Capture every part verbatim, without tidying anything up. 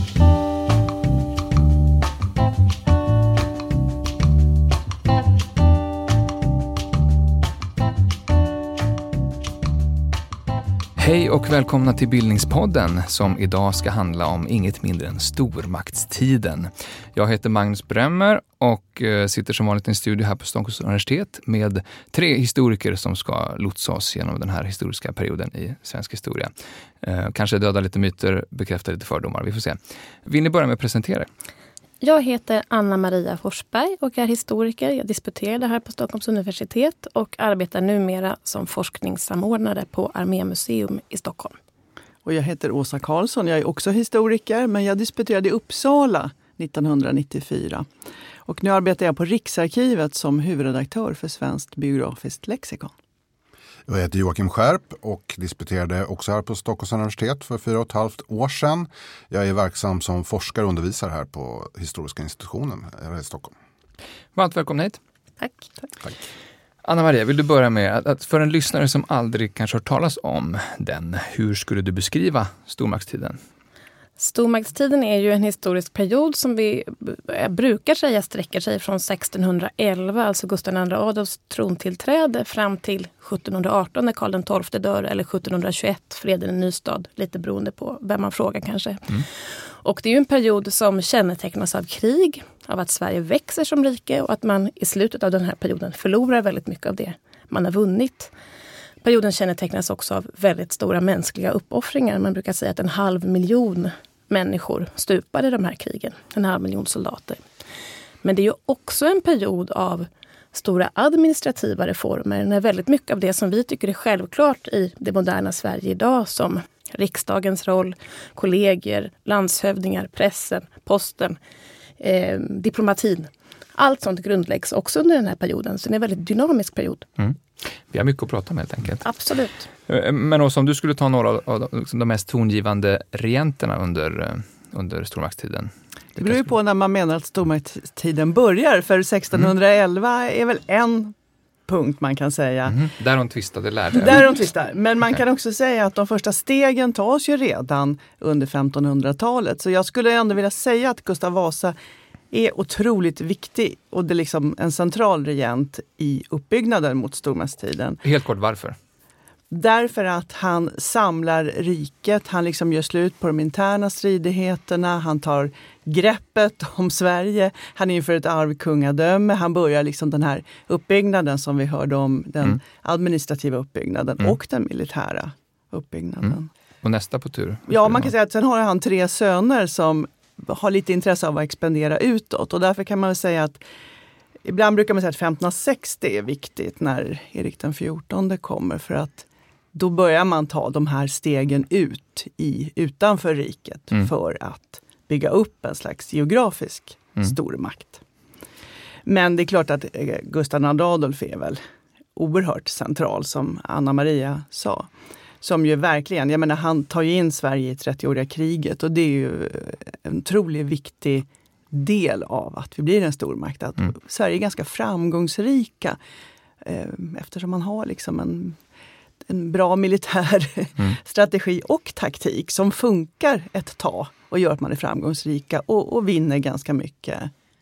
Hej och välkomna till Bildningspodden som idag ska handla om inget mindre än stormaktstiden. Jag heter Magnus Bremmer och sitter som vanligt i en studio här på Stockholms universitet med tre historiker som ska lotsa oss genom den här historiska perioden i svensk historia. Eh, kanske döda lite myter, bekräfta lite fördomar, vi får se. Vill ni börja med att presentera er? Jag heter Anna-Maria Forsberg och är historiker. Jag disputerade här på Stockholms universitet och arbetar numera som forskningssamordnare på Armémuseum i Stockholm. Och jag heter Åsa Karlsson. Jag är också historiker, men jag disputerade i Uppsala nittonhundranittiofyra. Och nu arbetar jag på Riksarkivet som huvudredaktör för Svenskt biografiskt lexikon. Jag heter Joakim Skärp och disputerade också här på Stockholms universitet för fyra och ett halvt år sedan. Jag är verksam som forskare och undervisare här på Historiska institutionen här i Stockholm. Varmt välkomna hit. Tack. Tack. Tack. Anna-Maria, vill du börja med att, att för en lyssnare som aldrig kanske hört talas om den, hur skulle du beskriva stormaktstiden? Stormaktstiden är ju en historisk period som vi brukar säga sträcker sig från sextonhundraelva, alltså Gustav den andre Adolfs trontillträde, fram till sjuttonhundraarton när Karl den tolfte dör, eller sjuttonhundratjugoett, freden i Nystad, lite beroende på vem man frågar kanske. Mm. Och det är ju en period som kännetecknas av krig, av att Sverige växer som rike och att man i slutet av den här perioden förlorar väldigt mycket av det man har vunnit. Perioden kännetecknas också av väldigt stora mänskliga uppoffringar. Man brukar säga att en halv miljon människor stupade i de här krigen. En halv miljon soldater. Men det är ju också en period av stora administrativa reformer. När väldigt mycket av det som vi tycker är självklart i det moderna Sverige idag, som riksdagens roll, kollegier, landshövdingar, pressen, posten, eh, diplomatin. Allt sånt grundläggs också under den här perioden. Så det är en väldigt dynamisk period. Mm. Vi har mycket att prata om helt enkelt. Absolut. Men också om du skulle ta några av de mest tongivande regenterna under, under stormaktstiden. Det beror ju på när man menar att stormaktstiden börjar. För sextonhundraelva mm. är väl en punkt man kan säga. Mm. Där de tvistade lärde. Där de tvistar. Men man kan också säga att de första stegen tas ju redan under femtonhundratalet. Så jag skulle ändå vilja säga att Gustav Vasa är otroligt viktig och det är liksom en central regent i uppbyggnaden mot stormaktstiden. Helt kort, varför? Därför att han samlar riket, han liksom gör slut på de interna stridigheterna, han tar greppet om Sverige, han inför ett arvkungadöme, han börjar liksom den här uppbyggnaden som vi hörde om, den mm. administrativa uppbyggnaden mm. och den militära uppbyggnaden. Mm. Och nästa på tur? Ja, man kan säga att sen har han tre söner som har lite intresse av att expandera utåt och därför kan man väl säga att ibland brukar man säga att femtonhundrasextio är viktigt när Erik den fjortonde kommer, för att då börjar man ta de här stegen ut i, utanför riket mm. för att bygga upp en slags geografisk mm. stormakt. Men det är klart att Gustav den andre Adolf är väl oerhört central, som Anna-Maria sa. Som ju verkligen, jag menar, han tar ju in Sverige i trettioåriga kriget och det är ju en otroligt viktig del av att vi blir en stormakt. Att mm. Sverige är ganska framgångsrika eh, eftersom man har liksom en, en bra militär mm. strategi och taktik som funkar ett tag och gör att man är framgångsrika och, och vinner ganska mycket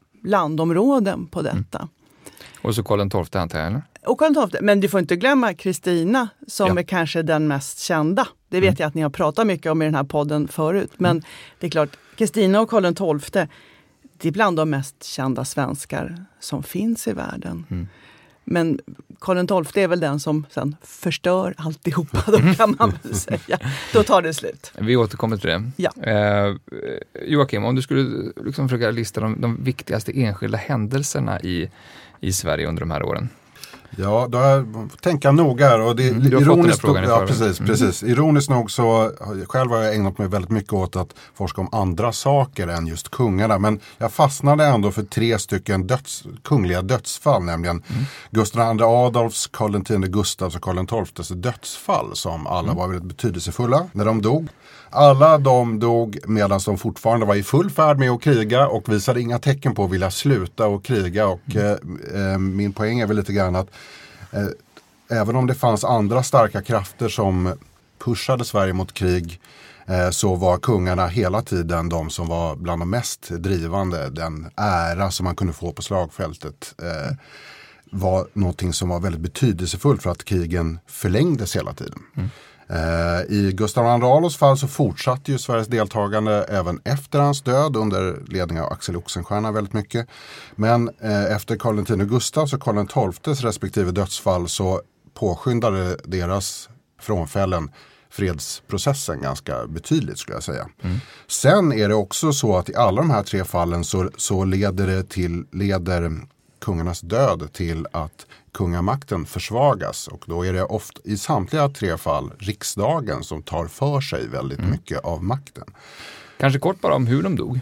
landområden på detta. Mm. Och så Karl den tolfte antar jag, eller? Och Karl den tolfte, men du får inte glömma Kristina som ja. är kanske den mest kända. Det vet mm. jag att ni har pratat mycket om i den här podden förut. Men mm. det är klart, Kristina och Karl den tolfte, det är bland de mest kända svenskar som finns i världen. Mm. Men Karl den tolfte är väl den som sen förstör alltihopa, då kan man väl säga. Då tar det slut. Vi återkommer till det. Ja. Eh, Joakim, om du skulle liksom försöka lista de, de viktigaste enskilda händelserna i, i Sverige under de här åren. Ja, då har jag tänka noga här och det mm, du har ironiskt fått den här ja, precis, mm. precis. Ironiskt nog så själv har jag ägnat mig väldigt mycket åt att forska om andra saker än just kungarna, men jag fastnade ändå för tre stycken döds, kungliga dödsfall, nämligen mm. Gustav den andre Adolfs, Karl den tionde Gustavs och Karl den tolftes dödsfall som alla mm. var väldigt betydelsefulla när de dog. Alla de dog medan de fortfarande var i full färd med att kriga och visade inga tecken på att vilja sluta och kriga. Och mm. eh, min poäng är väl lite grann att eh, även om det fanns andra starka krafter som pushade Sverige mot krig eh, så var kungarna hela tiden de som var bland de mest drivande. Den ära som man kunde få på slagfältet eh, var någonting som var väldigt betydelsefullt för att krigen förlängdes hela tiden. Mm. Eh, I Gustav den andre Adolfs fall så fortsatte ju Sveriges deltagande även efter hans död under ledning av Axel Oxenstierna väldigt mycket. Men eh, efter Karl den tionde Gustavs och Karl den tolftes respektive dödsfall så påskyndade deras frånfällen fredsprocessen ganska betydligt skulle jag säga. Mm. Sen är det också så att i alla de här tre fallen så, så leder det till, leder kungarnas död till att kungamakten försvagas och då är det ofta i samtliga tre fall riksdagen som tar för sig väldigt mm. mycket av makten. Kanske kort bara om hur de dog.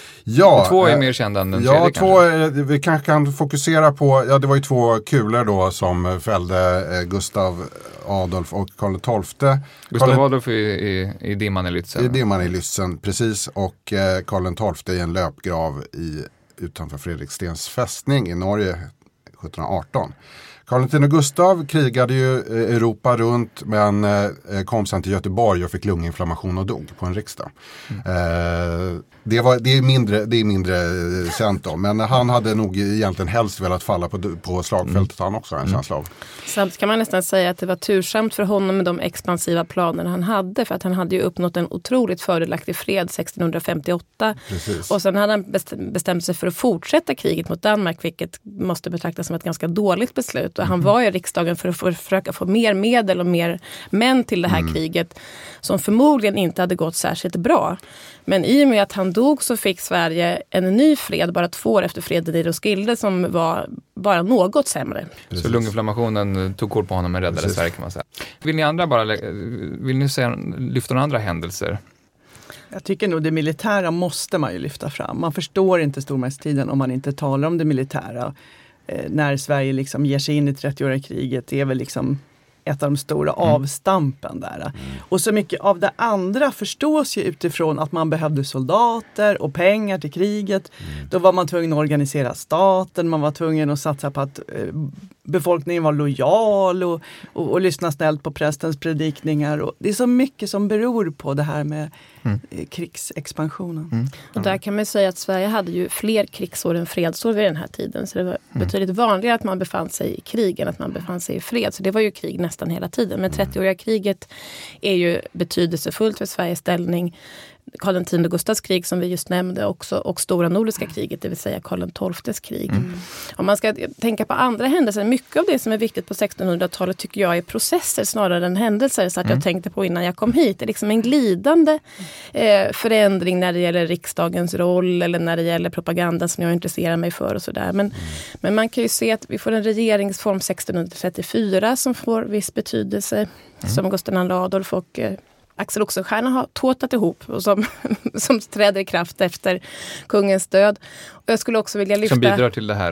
Ja, två är mer kända än den ja, tredje två, kanske. Vi kanske kan fokusera på, ja det var ju två kulor då som fällde eh, Gustav Adolf och Karl den tolfte. Gustav Karl, Adolf i, i, i dimman i Lützen. I dimman i Lützen, precis. Och eh, Karl den tolfte i en löpgrav i, utanför Fredrikstens fästning i Norge sjutton arton. Karl den tionde Gustav krigade ju Europa runt men eh, kom sen till Göteborg och fick lunginflammation och dog på en riksdag. Mm. Eh, det, var, det, är mindre, det är mindre känt då, men han hade nog egentligen helst velat falla på, på slagfältet mm. han också, en mm. känsla av. Samt kan man nästan säga att det var tursamt för honom med de expansiva planerna han hade, för att han hade ju uppnått en otroligt fördelaktig fred sexton femtioåtta. Precis. Och sen hade han bestämt sig för att fortsätta kriget mot Danmark, vilket måste betraktas som ett ganska dåligt beslut. Och han var i riksdagen för att försöka få mer medel och mer män till det här mm. kriget som förmodligen inte hade gått särskilt bra. Men i och med att han dog så fick Sverige en ny fred bara två år efter freden i Roskilde som var bara något sämre. Precis. Så lunginflammationen tog kort på honom och räddade Sverige kan man säga. Vill ni andra bara vill ni säga, lyfta några andra händelser? Jag tycker nog det militära måste man ju lyfta fram. Man förstår inte stormaktstiden om man inte talar om det militära. Eh, när Sverige liksom ger sig in i trettioåriga kriget, det är väl liksom ett av de stora mm. avstampen där. Mm. Och så mycket av det andra förstås ju utifrån att man behövde soldater och pengar till kriget. Mm. Då var man tvungen att organisera staten, man var tvungen att satsa på att eh, befolkningen var lojal och, och, och lyssna snällt på prästens predikningar. Och det är så mycket som beror på det här med mm. eh, krigsexpansionen. Mm. Och där kan man säga att Sverige hade ju fler krigsår än fredsår vid den här tiden. Så det var mm. betydligt vanligare att man befann sig i krig än att man befann sig i fred. Så det var ju krig nästan hela tiden. Men trettioåriga kriget är ju betydelsefullt för Sveriges ställning. Karl den tionde Gustavs krig som vi just nämnde också, och Stora Nordiska kriget, det vill säga Karl den tolftes krig. Mm. Om man ska tänka på andra händelser, mycket av det som är viktigt på sextonhundratalet tycker jag är processer snarare än händelser, så att mm. jag tänkte på innan jag kom hit. Det är liksom en glidande eh, förändring när det gäller riksdagens roll eller när det gäller propagandan som jag intresserar mig för och sådär. Men, mm. men man kan ju se att vi får en regeringsform sextonhundratrettiofyra som får viss betydelse, mm. som Gustav den andre Adolf och eh, Axel Oxenstierna har tåtat ihop och som, som träder i kraft efter kungens död. Och jag skulle också vilja lyfta... Som bidrar till det här,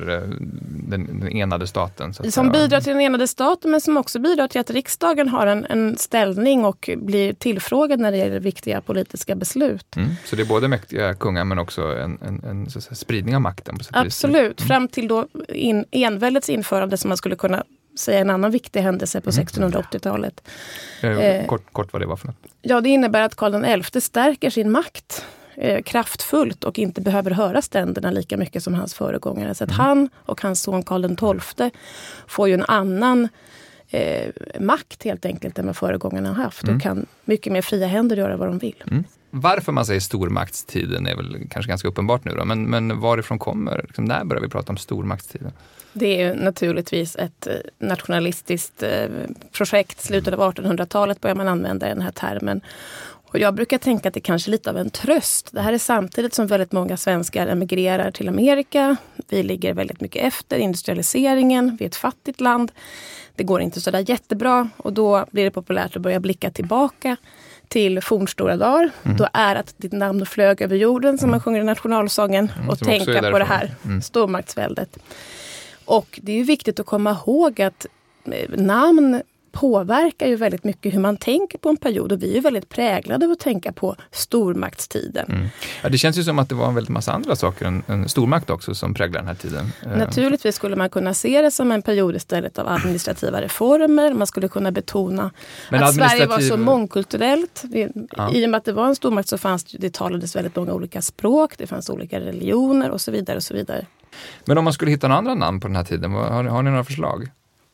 den, den enade staten. Så att som säga. bidrar till den enade staten, men som också bidrar till att riksdagen har en, en ställning och blir tillfrågad när det gäller viktiga politiska beslut. Mm. Så det är både mäktiga kungar men också en, en, en så att säga, spridning av makten. På sätt Absolut, mm. fram till då in, enväldets införande som man skulle kunna säga en annan viktig händelse på mm. sextonhundraåttiotalet. Eh, kort, kort vad det var för något. Ja, det innebär att Karl den elfte stärker sin makt eh, kraftfullt och inte behöver höra ständerna lika mycket som hans föregångare. Så att mm. han och hans son Karl den tolfte får ju en annan eh, makt helt enkelt än vad föregångarna har haft mm. och kan mycket mer fria händer göra vad de vill. Mm. Varför man säger stormaktstiden är väl kanske ganska uppenbart nu då, men, men varifrån kommer, liksom, när börjar vi prata om stormaktstiden? Det är naturligtvis ett nationalistiskt projekt. Slutet av artonhundratalet börjar man använda den här termen. Och jag brukar tänka att det kanske är lite av en tröst. Det här är samtidigt som väldigt många svenskar emigrerar till Amerika. Vi ligger väldigt mycket efter industrialiseringen. Vi är ett fattigt land. Det går inte så där jättebra och då blir det populärt att börja blicka tillbaka till fornstora dagar. Mm. Då är att ditt namn flög över jorden som man sjunger i nationalsången mm, och tänka på det här mm. stormaktsväldet. Och det är ju viktigt att komma ihåg att namn påverkar ju väldigt mycket hur man tänker på en period, och vi är ju väldigt präglade av att tänka på stormaktstiden. Mm. Ja, det känns ju som att det var en väldigt massa andra saker än en stormakt också som präglar den här tiden. Naturligtvis skulle man kunna se det som en period istället av administrativa reformer. Man skulle kunna betona Men att administrativ... Sverige var så mångkulturellt. Ja. I och med att det var en stormakt så fanns det, det talades väldigt många olika språk, det fanns olika religioner och så vidare och så vidare. Men om man skulle hitta några andra namn på den här tiden, har, har ni några förslag?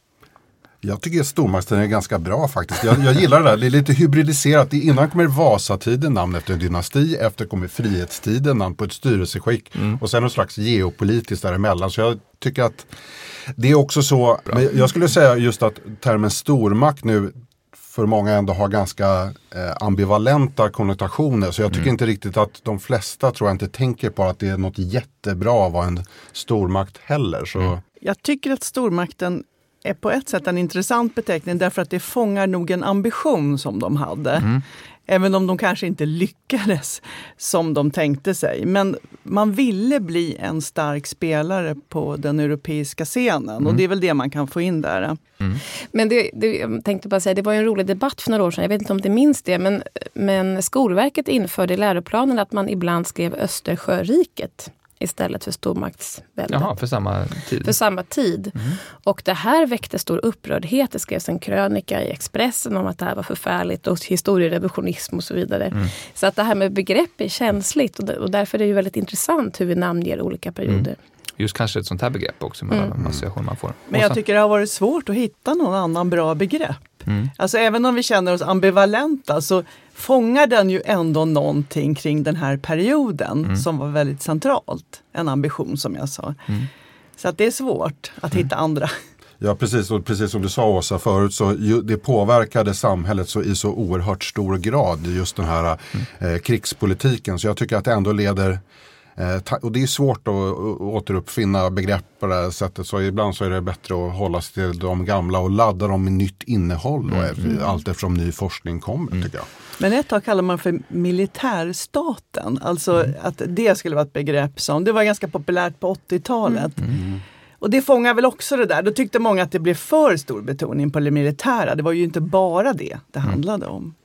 Jag tycker att stormaktstiden är ganska bra faktiskt. Jag, jag gillar det där. Det är lite hybridiserat. Innan kommer Vasatiden, namn efter en dynasti. Efter kommer frihetstiden, namn på ett styrelseskick. Mm. Och sen någon slags geopolitiskt däremellan. Så jag tycker att det är också så. Men jag skulle säga just att termen stormakt nu för många ändå har ganska eh, ambivalenta konnotationer. Så jag tycker mm. inte riktigt att de flesta tror jag inte tänker på att det är något jättebra att vara en stormakt heller. Så. Mm. Jag tycker att stormakten är på ett sätt en intressant beteckning därför att det fångar nog en ambition som de hade. Mm. Även om de kanske inte lyckades som de tänkte sig. Men man ville bli en stark spelare på den europeiska scenen. Mm. Och det är väl det man kan få in där. Mm. Men det, det, jag tänkte bara säga, det var ju en rolig debatt för några år sedan. Jag vet inte om det minns det. Men, men Skolverket införde i läroplanen att man ibland skrev Östersjöriket istället för stormaktsväldet. Jaha, för samma tid. För samma tid. Mm. Och det här väckte stor upprördhet. Det skrevs en krönika i Expressen om att det här var förfärligt och historierevisionism och så vidare. Mm. Så att det här med begrepp är känsligt och därför är det ju väldigt intressant hur vi namnger olika perioder. Mm. Just kanske ett sånt här begrepp också med mm. alla associationer man får. Men jag tycker det har varit svårt att hitta någon annan bra begrepp. Mm. Alltså även om vi känner oss ambivalenta så fångar den ju ändå någonting kring den här perioden mm. som var väldigt centralt. En ambition som jag sa. Mm. Så att det är svårt att mm. hitta andra. Ja, precis. Och precis som du sa, Åsa, förut så ju, det påverkade samhället så i så oerhört stor grad just den här mm. eh, krigspolitiken. Så jag tycker att det ändå leder Eh, och det är svårt att återuppfinna begrepp på det här sättet, så ibland så är det bättre att hålla sig till de gamla och ladda dem med nytt innehåll mm. och allt eftersom ny forskning kommer mm. tycker jag. Men ett tag kallar man för militärstaten, alltså mm. att det skulle vara ett begrepp som, det var ganska populärt på åttiotalet. Mm. Mm. Och det fångar väl också det där, då tyckte många att det blev för stor betoning på det militära, det var ju inte bara det det handlade mm. om.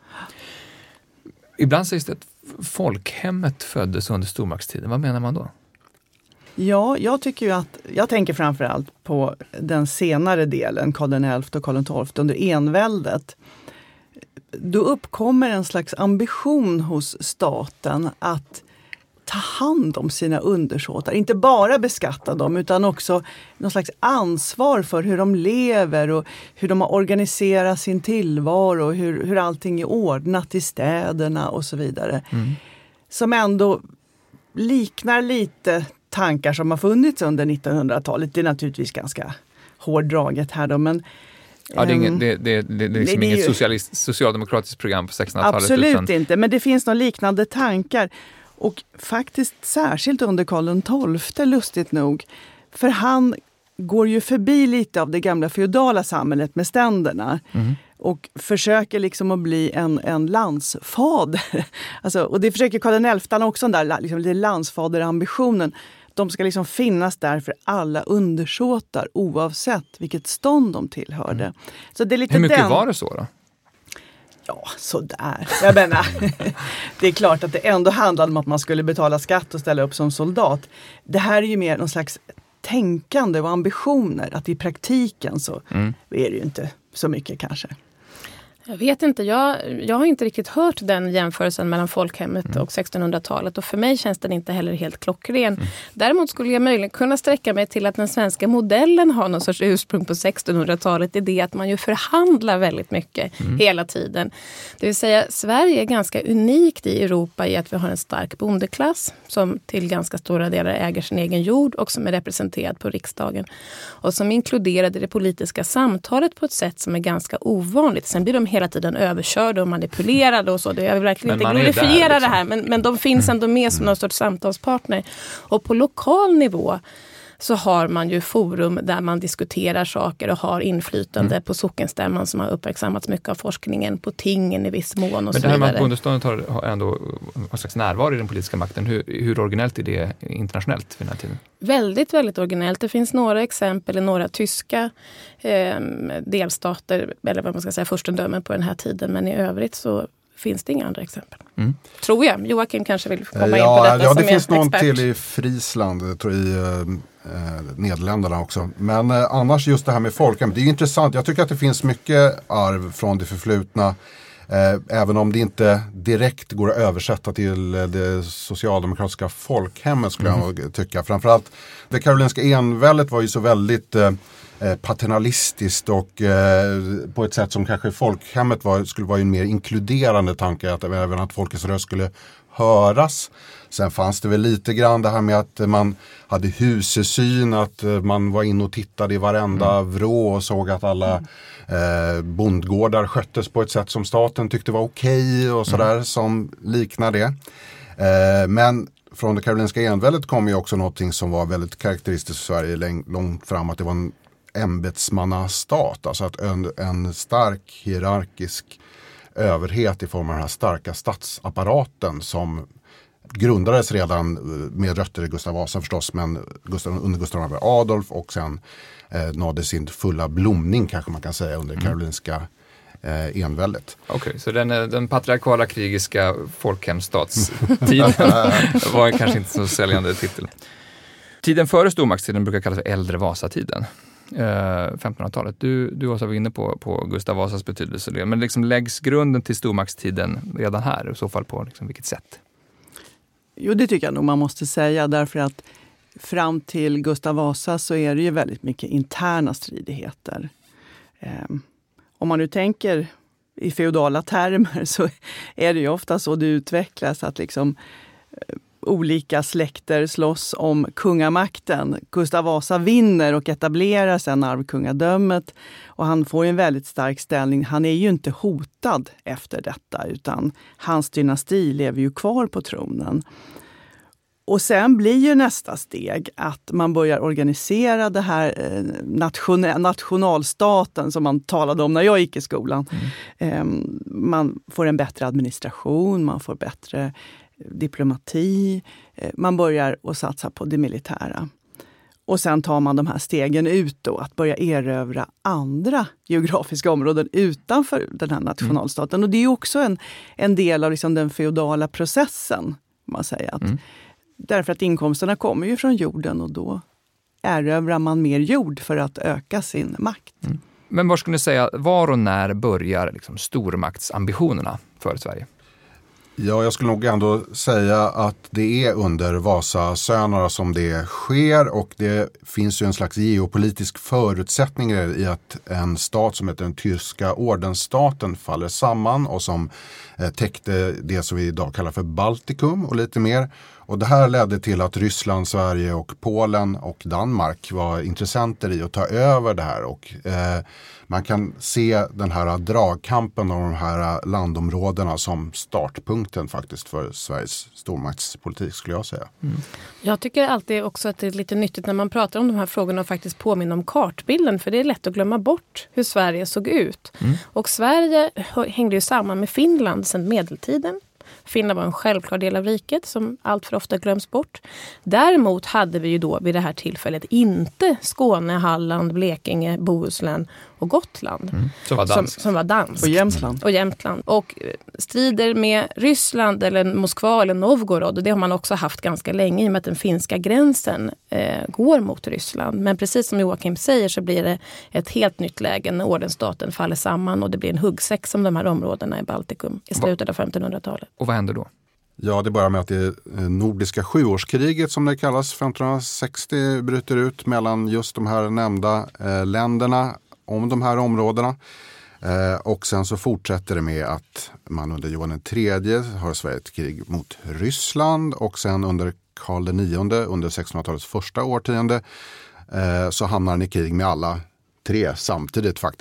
Ibland sägs det att folkhemmet föddes under stormaktstiden. Vad menar man då? Ja, jag tycker ju att, jag tänker framförallt på den senare delen, Karl den elfte och Karl den tolfte under enväldet. Då uppkommer en slags ambition hos staten att ta hand om sina undersåtar. Inte bara beskatta dem utan också någon slags ansvar för hur de lever och hur de har organiserat sin tillvaro och hur, hur allting är ordnat i städerna och så vidare. Mm. Som ändå liknar lite tankar som har funnits under nittonhundratalet. Det är naturligtvis ganska hårdraget här då, men ja, det är, inget, det, det, det, det är liksom det, det inget socialist, socialdemokratiskt program på sextonhundratalet. Absolut utan... inte, men det finns några liknande tankar. Och faktiskt särskilt under Karl den tolfte, lustigt nog. För han går ju förbi lite av det gamla feodala samhället med ständerna. Mm. Och försöker liksom att bli en, en landsfader. Alltså, och det försöker Karl den elfte också, den där liksom, landsfaderambitionen. De ska liksom finnas där för alla undersåtar oavsett vilket stånd de tillhörde. Mm. Så det är lite Hur mycket den... var det så då? Ja, sådär. Jag menar, det är klart att det ändå handlade om att man skulle betala skatt och ställa upp som soldat. Det här är ju mer någon slags tänkande och ambitioner. Att i praktiken så mm. är det ju inte så mycket kanske. Jag vet inte, jag, jag har inte riktigt hört den jämförelsen mellan folkhemmet mm. och sextonhundratalet och för mig känns den inte heller helt klockren. Mm. Däremot skulle jag möjligen kunna sträcka mig till att den svenska modellen har någon sorts ursprung på sextonhundratalet i det att man ju förhandlar väldigt mycket mm. hela tiden. Det vill säga, Sverige är ganska unikt i Europa i att vi har en stark bondeklass som till ganska stora delar äger sin egen jord och som är representerad på riksdagen och som inkluderade det politiska samtalet på ett sätt som är ganska ovanligt. Sen blir de hela tiden överkörda och manipulerade och så. Jag vill verkligen inte glorifiera där, liksom. det här, men, men de finns ändå med som någon sorts samtalspartner. Och på lokal nivå så har man ju forum där man diskuterar saker och har inflytande mm. på sockenstämman som har uppmärksammats mycket av forskningen, på tingen i viss mån och Men så det här vidare. med att bondeståndet har, har ändå en slags närvaro i den politiska makten. Hur, hur originellt är det internationellt vid den här tiden? Väldigt, väldigt originellt. Det finns några exempel i några tyska eh, delstater, eller vad man ska säga, furstendömen på den här tiden, men i övrigt så finns det inga andra exempel. Mm. Tror jag. Joakim kanske vill komma ja, in på detta ja, som det finns någon expert. till i Friesland, tror jag, i eh, Nederländerna också. Men eh, annars just det här med folkhem, det är intressant. Jag tycker att det finns mycket arv från det förflutna. Eh, även om det inte direkt går att översätta till det socialdemokratiska folkhemmet skulle mm. jag tycka. Framförallt det karolinska enväldet var ju så väldigt eh, paternalistiskt och eh, på ett sätt som kanske folkhemmet var, skulle vara en mer inkluderande tanke, att även att folkets röst skulle höras. Sen fanns det väl lite grann det här med att man hade husesyn, att man var inne och tittade i varenda mm. vrå och såg att alla eh, bondgårdar sköttes på ett sätt som staten tyckte var okej och sådär mm. som liknar det. Eh, men från det karolinska enväldet kom ju också någonting som var väldigt karaktäristiskt för Sverige läng- långt fram, att det var en ämbetsmannastat, alltså att en, en stark hierarkisk överhet i form av den här starka statsapparaten som grundades redan med rötter i Gustav Vasa förstås, men Gustav, under Gustav Adolf och sen eh, nådde sin fulla blomning kanske man kan säga under mm. karolinska eh, enväldet. Okej, okay, så den, den patriarkala krigiska folkhemstatstiden var kanske inte så säljande titel. Tiden före stormaktstiden brukar kallas för äldre Vasatiden. femtonhundratalet. Du, du var inne på, på Gustav Vasas betydelse. Men liksom läggs grunden till stormaktstiden redan här? I så fall på liksom vilket sätt? Jo, det tycker jag nog man måste säga. Därför att fram till Gustav Vasa så är det ju väldigt mycket interna stridigheter. Eh, om man nu tänker i feodala termer så är det ju ofta så det utvecklas att liksom eh, olika släkter slåss om kungamakten. Gustav Vasa vinner och etablerar sedan arvkungadömet och han får en väldigt stark ställning. Han är ju inte hotad efter detta utan hans dynasti lever ju kvar på tronen. Och sen blir ju nästa steg att man börjar organisera det här nation, nationalstaten som man talade om när jag gick i skolan. Mm. Man får en bättre administration, man får bättre diplomati, man börjar att satsa på det militära. Och sen tar man de här stegen ut då, att börja erövra andra geografiska områden utanför den här nationalstaten. Mm. Och det är också en, en del av liksom den feodala processen, man säger. Att, mm. Därför att inkomsterna kommer ju från jorden och då erövrar man mer jord för att öka sin makt. Mm. Men vad skulle ni säga, var och när börjar liksom stormaktsambitionerna för Sverige? Ja, jag skulle nog ändå säga att det är under Vasasönerna som det sker och det finns ju en slags geopolitisk förutsättning i att en stat som heter den tyska ordensstaten faller samman och som eh, täckte det som vi idag kallar för Baltikum och lite mer. Och det här ledde till att Ryssland, Sverige och Polen och Danmark var intressenter i att ta över det här och eh, man kan se den här dragkampen av de här landområdena som startpunkten faktiskt för Sveriges stormaktspolitik skulle jag säga. Mm. Jag tycker alltid också att det är lite nyttigt när man pratar om de här frågorna och faktiskt påminna om kartbilden, för det är lätt att glömma bort hur Sverige såg ut. Mm. Och Sverige hängde ju samman med Finland sedan medeltiden. Finland var en självklar del av riket som allt för ofta glöms bort. Däremot hade vi ju då vid det här tillfället inte Skåne, Halland, Blekinge, Bohuslän och Gotland. Mm. Som var danskt. Som, som var danskt. Och Jämtland. Och Jämtland. Och strider med Ryssland eller Moskva eller Novgorod, och det har man också haft ganska länge i och med att den finska gränsen eh, går mot Ryssland. Men precis som Joakim säger så blir det ett helt nytt läge när ordensstaten faller samman och det blir en huggsex om de här områdena i Baltikum i slutet av femtonhundratalet. Och vad händer då? Ja, det börjar med att det nordiska sjuårskriget som det kallas femtonhundrasextio bryter ut mellan just de här nämnda eh, länderna om de här områdena. Eh, och sen så fortsätter det med att man under Johan den tredje har Sverige ett krig mot Ryssland och sen under Karl den nionde under sextonhundratalets första årtionde eh, så hamnar han i krig med alla tre samtidigt faktiskt.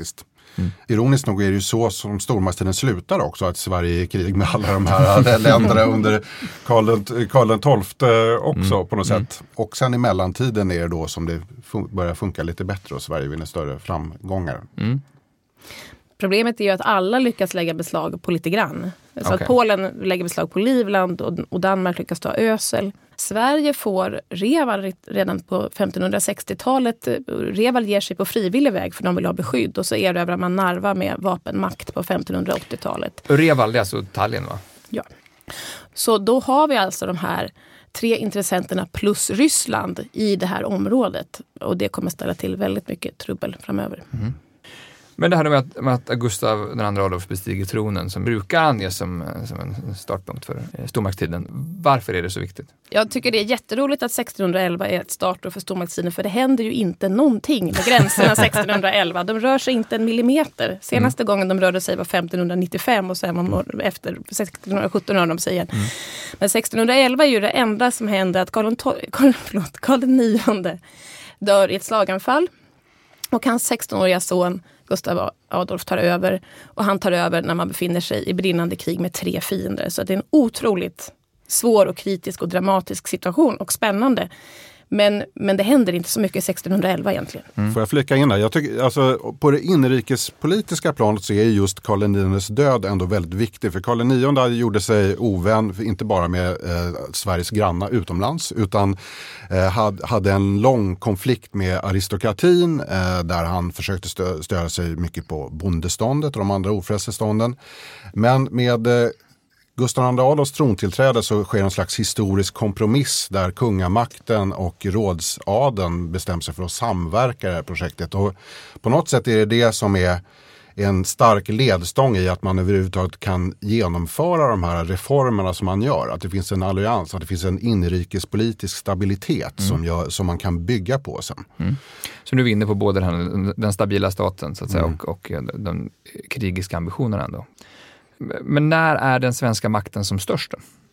Mm. Ironiskt nog är det ju så som stormaktstiden slutar också, att Sverige är i krig med alla de här länderna under Karl den tolfte också mm. på något mm. sätt. Och sen i mellantiden är det då som det fun- börjar funka lite bättre och Sverige vinner större framgångar. Mm. Problemet är ju att alla lyckas lägga beslag på lite grann. Så okay. att Polen lägger beslag på Livland och, och Danmark lyckas ta Ösel. Sverige får Reval redan på femtonhundrasextiotalet. Reval ger sig på frivillig väg för de vill ha beskydd. Och så erövrar man Narva med vapenmakt på femtonhundraåttiotalet. Reval, det är alltså Tallinn, va? Ja. Så då har vi alltså de här tre intressenterna plus Ryssland i det här området. Och det kommer ställa till väldigt mycket trubbel framöver. Mm. Men det här med att, med att Gustav den andra Adolf bestiger tronen som brukar anges som, som en startpunkt för stormaktstiden. Varför är det så viktigt? Jag tycker det är jätteroligt att sextonhundraelva är ett startår för stormaktstiden, för det händer ju inte någonting med gränserna sextonhundraelva. De rör sig inte en millimeter. Senaste mm. gången de rörde sig var femtonhundranittiofem och sen var efter sextonhundrasjutton rörde de sig igen. Mm. Men sextonhundraelva är ju det enda som händer, att Karl, Karl, förlåt, Karl den nionde dör i ett slaganfall och hans sextonåriga son Gustav Adolf tar över, och han tar över när man befinner sig i brinnande krig med tre fiender. Så det är en otroligt svår och kritisk och dramatisk situation och spännande. Men, men det händer inte så mycket sextonhundraelva egentligen. Mm. Får jag flika in där? Jag tycker, alltså, på det inrikespolitiska planet så är just Karl den niondes död ändå väldigt viktig. För Karl den nionde gjorde sig ovän, inte bara med eh, Sveriges grannar utomlands, utan eh, hade, hade en lång konflikt med aristokratin eh, där han försökte stö- störa sig mycket på bondeståndet och de andra ofrälsestånden. Men med eh, Gustav den andra Adolfs trontillträde så sker en slags historisk kompromiss där kungamakten och rådsadeln bestämmer sig för att samverka i det här projektet. Och på något sätt är det det som är en stark ledstång i att man överhuvudtaget kan genomföra de här reformerna som man gör. Att det finns en allians, att det finns en inrikespolitisk stabilitet mm. som, gör, som man kan bygga på sen. Mm. Så nu är vi inne på både den, den stabila staten så att säga, mm. och, och de krigiska ambitionerna ändå. Men när är den svenska makten som störst?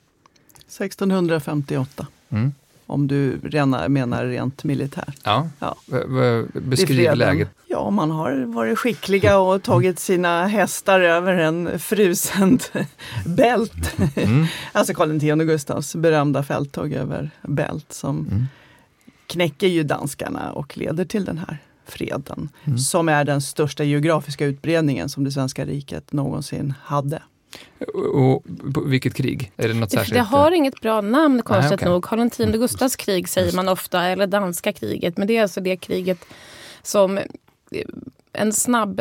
sextonhundrafemtioåtta. Mm. Om du rena, menar rent militärt. Ja. Ja. Beskriv läget. Ja, man har varit skickliga och tagit sina hästar över en frusen bält. Mm. Alltså Karl den tionde Gustavs berömda fälttåg över bält som mm. knäcker ju danskarna och leder till den här freden. Mm. Som är den största geografiska utbredningen som det svenska riket någonsin hade. Och vilket krig? Är det något särskilt? Det har inget bra namn, konstigt okay. nog. Karl den tionde Gustavs krig säger man ofta, eller danska kriget. Men det är alltså det kriget som en snabb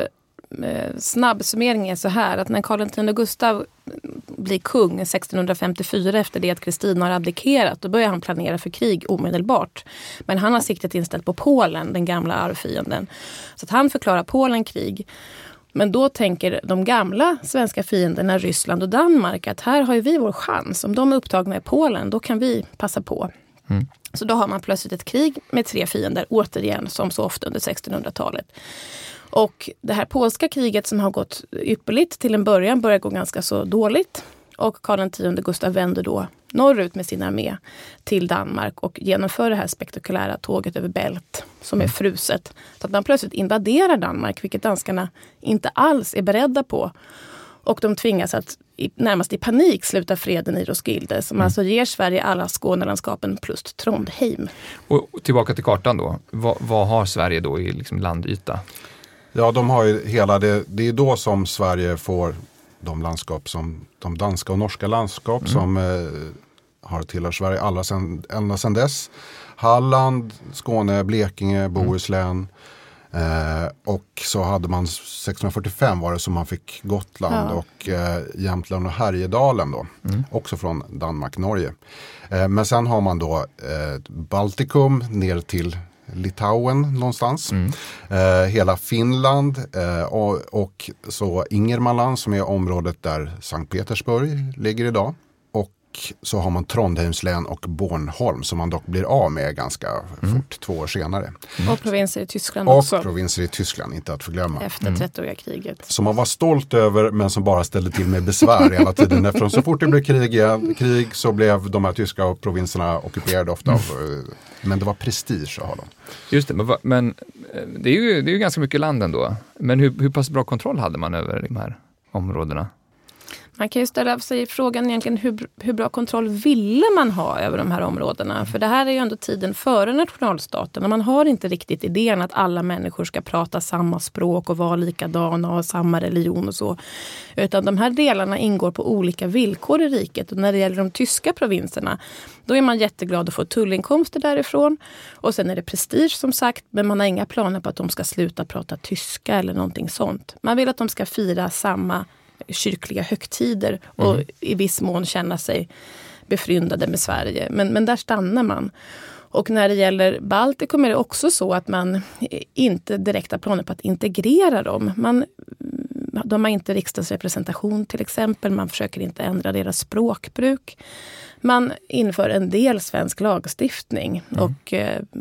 snabb summering är så här, att när Karl den tionde Gustav blir kung sextonhundrafemtiofyra efter det att Kristina har abdikerat, då börjar han planera för krig omedelbart. Men han har siktet inställt på Polen, den gamla arvfienden. Så att han förklarar Polen krig. Men då tänker de gamla svenska fienderna Ryssland och Danmark att här har ju vi vår chans. Om de är upptagna i Polen, då kan vi passa på. Mm. Så då har man plötsligt ett krig med tre fiender, återigen som så ofta under sextonhundratalet. Och det här polska kriget som har gått ypperligt till en början börjar gå ganska så dåligt. Och Karl den tionde Gustav vänder då norrut med sin armé till Danmark och genomför det här spektakulära tåget över Bält som är fruset. Så att man plötsligt invaderar Danmark, vilket danskarna inte alls är beredda på. Och de tvingas att i, närmast i panik sluta freden i Roskilde, som mm. alltså ger Sverige alla Skånelandskapen plus Trondheim. Och tillbaka till kartan då. Vad, vad har Sverige då i liksom landyta? Ja, de har ju hela det, det är då som Sverige får de landskap som, de danska och norska landskap mm. som eh, har tillhört Sverige alla sen, ända sedan dess. Halland, Skåne, Blekinge, Bohuslän. Mm. Eh, och så hade man sextonhundrafyrtiofem var det som man fick Gotland ja. och eh, Jämtland och Härjedalen då. Mm. Också från Danmark, Norge. Eh, men sen har man då eh, Baltikum ner till Litauen någonstans. Mm. Eh, hela Finland eh, och, och så Ingermanland som är området där Sankt Petersburg ligger idag. Och så har man Trondheimslän och Bornholm som man dock blir av med ganska mm. fort, två år senare. Mm. Och provinser i Tyskland och också. Och provinser i Tyskland, inte att förglömma. Efter mm. trettioåriga kriget. Som man var stolt över men som bara ställde till med besvär hela tiden. Eftersom så fort det blev krig, igen, krig så blev de här tyska provinserna ockuperade ofta. Av, men det var prestige att ha dem. Just det, men, va, men det, är ju, det är ju ganska mycket land ändå. Men hur, hur pass bra kontroll hade man över de här områdena? Man kan ju ställa sig frågan egentligen hur, hur bra kontroll ville man ha över de här områdena? För det här är ju ändå tiden före nationalstaten och man har inte riktigt idén att alla människor ska prata samma språk och vara likadana och ha samma religion och så. Utan de här delarna ingår på olika villkor i riket och när det gäller de tyska provinserna då är man jätteglad att få tullinkomster därifrån och sen är det prestige som sagt men man har inga planer på att de ska sluta prata tyska eller någonting sånt. Man vill att de ska fira samma kyrkliga högtider och mm. i viss mån känna sig befryndade med Sverige. Men, men där stannar man. Och när det gäller Baltikum är det också så att man inte direkt har planer på att integrera dem. Man, de har inte riksdagsrepresentation till exempel. Man försöker inte ändra deras språkbruk. Man inför en del svensk lagstiftning mm. och,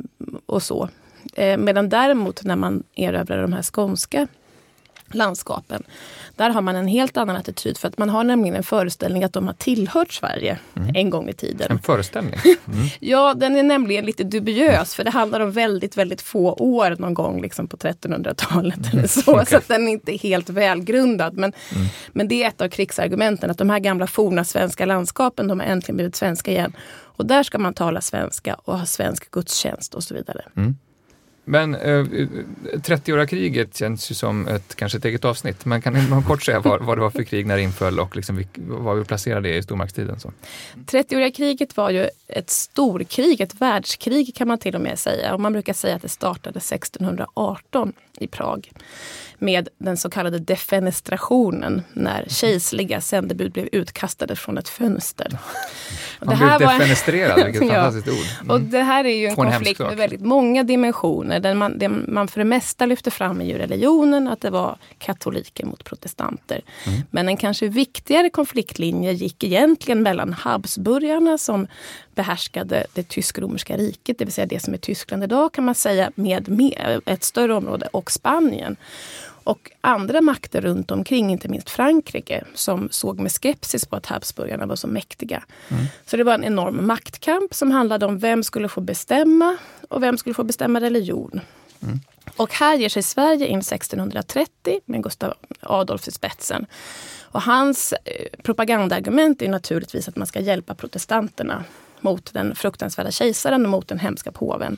och så. Medan däremot när man erövrar de här skånska landskapen. Där har man en helt annan attityd för att man har nämligen en föreställning att de har tillhört Sverige mm. en gång i tiden. En föreställning? Mm. Ja, den är nämligen lite dubiös för det handlar om väldigt, väldigt få år någon gång liksom på trettonhundratalet eller så. Okay. Så att den är inte helt välgrundad. Men, mm. men det är ett av krigsargumenten att de här gamla forna svenska landskapen de har äntligen blivit svenska igen. Och där ska man tala svenska och ha svensk gudstjänst och så vidare. Mm. Men eh, trettioåriga kriget känns ju som ett, kanske ett eget avsnitt. Man kan man kort säga vad, vad det var för krig när det inföll och liksom, vad vi placerade det i stormaktstiden. Så. trettioåriga kriget var ju ett storkrig, ett världskrig kan man till och med säga. Och man brukar säga att det startade sextonhundraarton i Prag med den så kallade defenestrationen när kejserliga sändebud blev utkastade från ett fönster. Och Man det här blev var defenestrerad, vilket ja. fantastiskt ord. Mm. Och det här är ju en På konflikt en med väldigt många dimensioner. Där man, där man för det mesta lyfter fram i religionen att det var katoliker mot protestanter. Mm. Men en kanske viktigare konfliktlinje gick egentligen mellan Habsburgarna som behärskade det tysk-romerska riket, det vill säga det som är Tyskland idag kan man säga med, med ett större område, och Spanien. Och andra makter runt omkring, inte minst Frankrike, som såg med skepsis på att Habsburgarna var så mäktiga. Mm. Så det var en enorm maktkamp som handlade om vem skulle få bestämma och vem skulle få bestämma religion. Mm. Och här ger sig Sverige in sextonhundratrettio med Gustav Adolf i spetsen. Och hans propagandaargument är naturligtvis att man ska hjälpa protestanterna mot den fruktansvärda kejsaren och mot den hemska påven.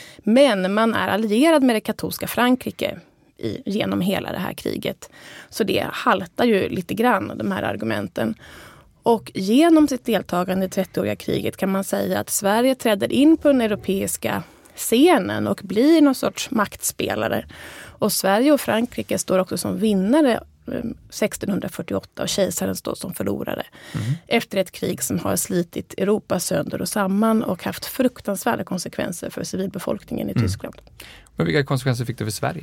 Men man är allierad med det katolska Frankrike i, genom hela det här kriget. Så det haltar ju lite grann, de här argumenten. Och genom sitt deltagande i trettioåriga kriget kan man säga att Sverige träder in på den europeiska scenen och blir någon sorts maktspelare. Och Sverige och Frankrike står också som vinnare sextonhundrafyrtioåtta och kejsaren står som förlorare. Mm. Efter ett krig som har slitit Europa sönder och samman och haft fruktansvärda konsekvenser för civilbefolkningen i mm. Tyskland. Men vilka konsekvenser fick det för Sverige?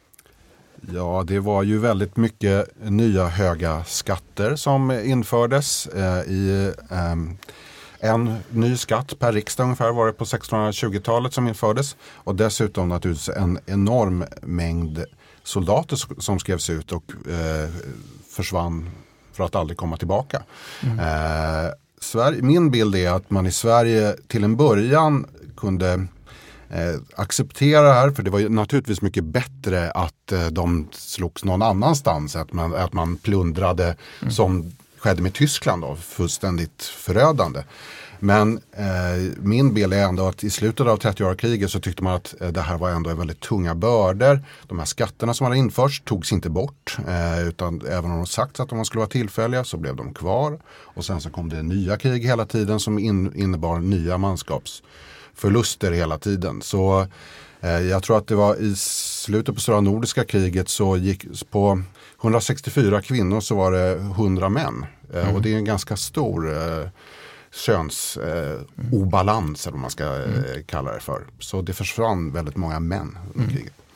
Ja, det var ju väldigt mycket nya höga skatter som infördes eh, i eh, en ny skatt per riksdag ungefär var det på sextonhundratjugotalet som infördes. Och dessutom naturligtvis en enorm mängd soldater som skrevs ut och eh, försvann för att aldrig komma tillbaka. Mm. Eh, Sverige, min bild är att man i Sverige till en början kunde eh, acceptera det här, för det var ju naturligtvis mycket bättre att eh, de slogs någon annanstans, att man, att man plundrade mm. som skedde med Tyskland då, fullständigt förödande. Men eh, min bild är ändå att i slutet av trettioåriga kriget så tyckte man att eh, det här var ändå en väldigt tunga bördor. De här skatterna som hade införts togs inte bort, eh, utan även om de sagt att de skulle vara tillfälliga så blev de kvar. Och sen så kom det nya krig hela tiden som in, innebar nya manskapsförluster hela tiden. Så eh, jag tror att det var i slutet på stora nordiska kriget så gick på hundrasextiofyra kvinnor så var det hundra män. Eh, mm. Och det är en ganska stor eh, köns eh, obalans eller vad man ska eh, kalla det för. Så det försvann väldigt många män under mm. kriget.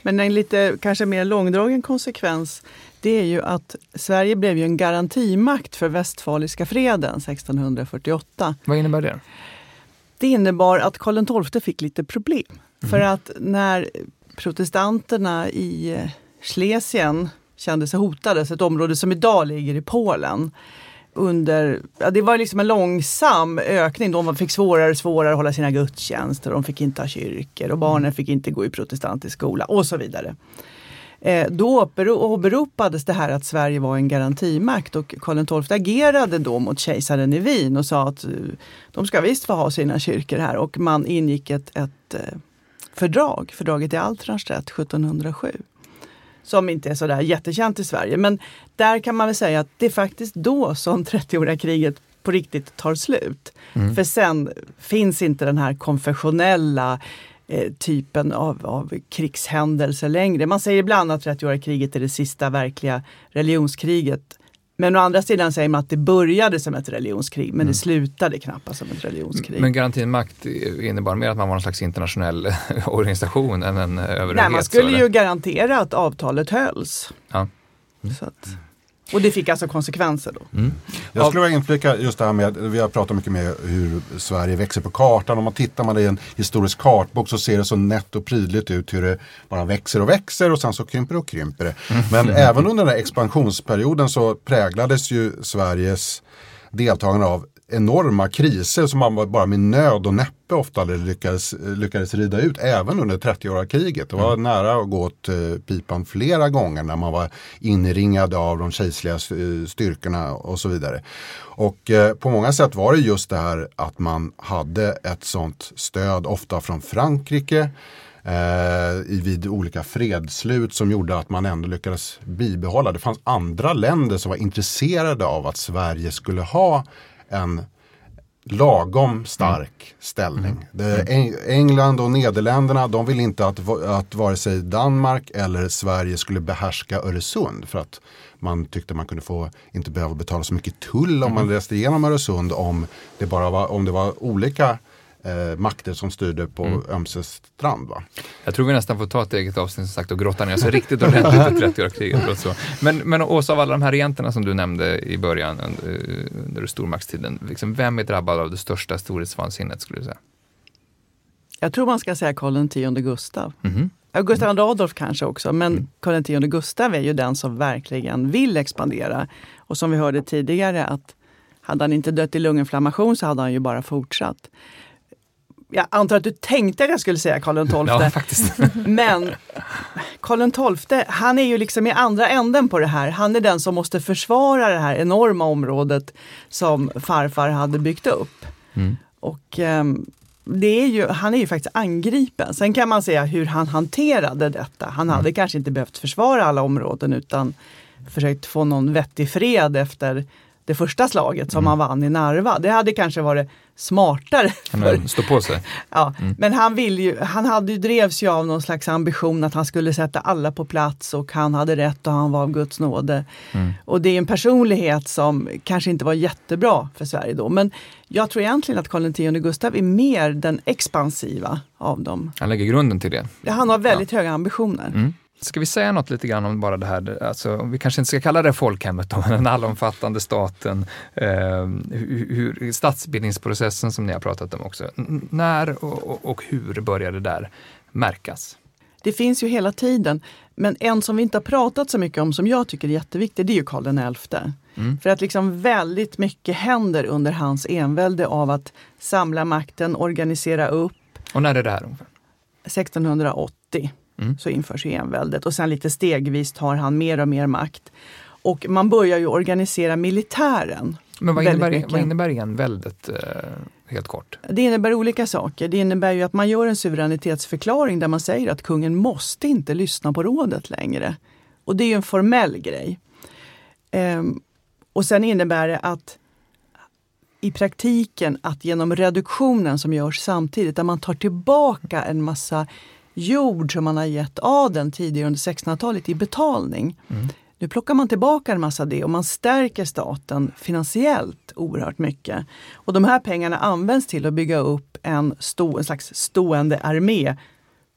Men en lite kanske mer långdragen konsekvens, det är ju att Sverige blev ju en garantimakt för Westfaliska freden sextonhundrafyrtioåtta. Vad innebär det? Det innebar att Karl den tolfte fick lite problem. Mm. För att när protestanterna i Schlesien kände sig hotade, ett område som idag ligger i Polen, under, ja, det var liksom en långsam ökning. De fick svårare och svårare att hålla sina gudstjänster. De fick inte ha kyrkor och barnen fick inte gå i protestantisk skola och så vidare. Eh, då åberopades det här att Sverige var en garantimakt och Karl den tolfte agerade då mot kejsaren i Wien och sa att uh, de ska visst få ha sina kyrkor här, och man ingick ett, ett uh, fördrag, fördraget i Altranstedt sjuttonhundrasju. Som inte är så där jättekänt i Sverige. Men där kan man väl säga att det är faktiskt då som trettioåriga kriget på riktigt tar slut. Mm. För sen finns inte den här konfessionella eh, typen av, av krigshändelser längre. Man säger ibland att trettioåriga kriget är det sista verkliga religionskriget. Men å andra sidan säger man att det började som ett religionskrig, men mm. det slutade knappast som ett religionskrig. Men garantimakt innebar mer att man var en slags internationell organisation än en överhöghet? Nej, man skulle ju garantera att avtalet hölls. Ja. Mm. Så att, och det fick alltså konsekvenser då. Mm. Jag skulle vilja inflika just det här med, vi har pratat mycket med hur Sverige växer på kartan. Om man tittar man i en historisk kartbok så ser det så nätt och prydligt ut hur det bara växer och växer och sen så krymper och krymper det. Men mm. även under den här expansionsperioden så präglades ju Sveriges deltagande av enorma kriser som man bara med nöd och näppe ofta lyckades, lyckades rida ut även under trettioåriga kriget. Det var mm. nära att gå åt pipan flera gånger när man var inringad av de kejserliga styrkorna och så vidare. Och eh, på många sätt var det just det här att man hade ett sånt stöd ofta från Frankrike eh, vid olika fredslut som gjorde att man ändå lyckades bibehålla. Det fanns andra länder som var intresserade av att Sverige skulle ha en lagom stark ställning. Det, England och Nederländerna, de vill inte att, att vare sig Danmark eller Sverige skulle behärska Öresund, för att man tyckte man kunde få inte behöva betala så mycket tull om man reste igenom Öresund, om det bara var, om det var olika eh, makter som styrde på mm. ömse strand. Va? Jag tror vi nästan får ta ett eget avsnitt som sagt och grotta ner så riktigt ordentligt i trettioåriga kriget. Så. Men, men också av alla de här regenterna som du nämnde i början under, under stormaktstiden, liksom, vem är drabbad av det största storhetsvansinnet skulle du säga? Jag tror man ska säga Karl den tionde Gustav. Mm-hmm. Ja, Gustav mm. Adolf kanske också, men mm. Karl den tionde Gustav är ju den som verkligen vill expandera. Och som vi hörde tidigare, att hade han inte dött i lunginflammation så hade han ju bara fortsatt. Jag antar att du tänkte att jag skulle säga Karl den tolfte. Ja, faktiskt. Men Karl den tolfte, han är ju liksom i andra änden på det här. Han är den som måste försvara det här enorma området som farfar hade byggt upp. Mm. Och um, det är ju, han är ju faktiskt angripen. Sen kan man säga hur han hanterade detta. Han hade mm. kanske inte behövt försvara alla områden utan försökt få någon vettig fred efter det första slaget som mm. han vann i Narva. Det hade kanske varit smartare. Han stå på sig. Ja, mm. men han vill ju, han hade ju drevs ju av någon slags ambition att han skulle sätta alla på plats och han hade rätt och han var av Guds nåde. Mm. Och det är en personlighet som kanske inte var jättebra för Sverige då. Men jag tror egentligen att Karl den tionde Gustav är mer den expansiva av dem. Han lägger grunden till det. Han har väldigt ja. höga ambitioner. Mm. Ska vi säga något lite grann om bara det här, alltså, vi kanske inte ska kalla det folkhemmet då, men den allomfattande staten, eh, hur, hur, statsbildningsprocessen som ni har pratat om också. N- när och, och hur började det där märkas? Det finns ju hela tiden, men en som vi inte har pratat så mycket om som jag tycker är jätteviktig, det är ju Karl den elfte. Mm. För att liksom väldigt mycket händer under hans envälde av att samla makten, organisera upp. Och när är det här ungefär? sextonhundraåttio. Mm. Så införs ju enväldet och sen lite stegvis tar han mer och mer makt. Och man börjar ju organisera militären. Men vad innebär, vad innebär enväldet eh, helt kort? Det innebär olika saker. Det innebär ju att man gör en suveränitetsförklaring där man säger att kungen måste inte lyssna på rådet längre. Och det är ju en formell grej. Ehm, och sen innebär det att i praktiken att genom reduktionen som görs samtidigt där man tar tillbaka en massa jord som man har gett adeln tidigare under sextonhundratalet i betalning. Mm. Nu plockar man tillbaka en massa det och man stärker staten finansiellt oerhört mycket. Och de här pengarna används till att bygga upp en, stå, en slags stående armé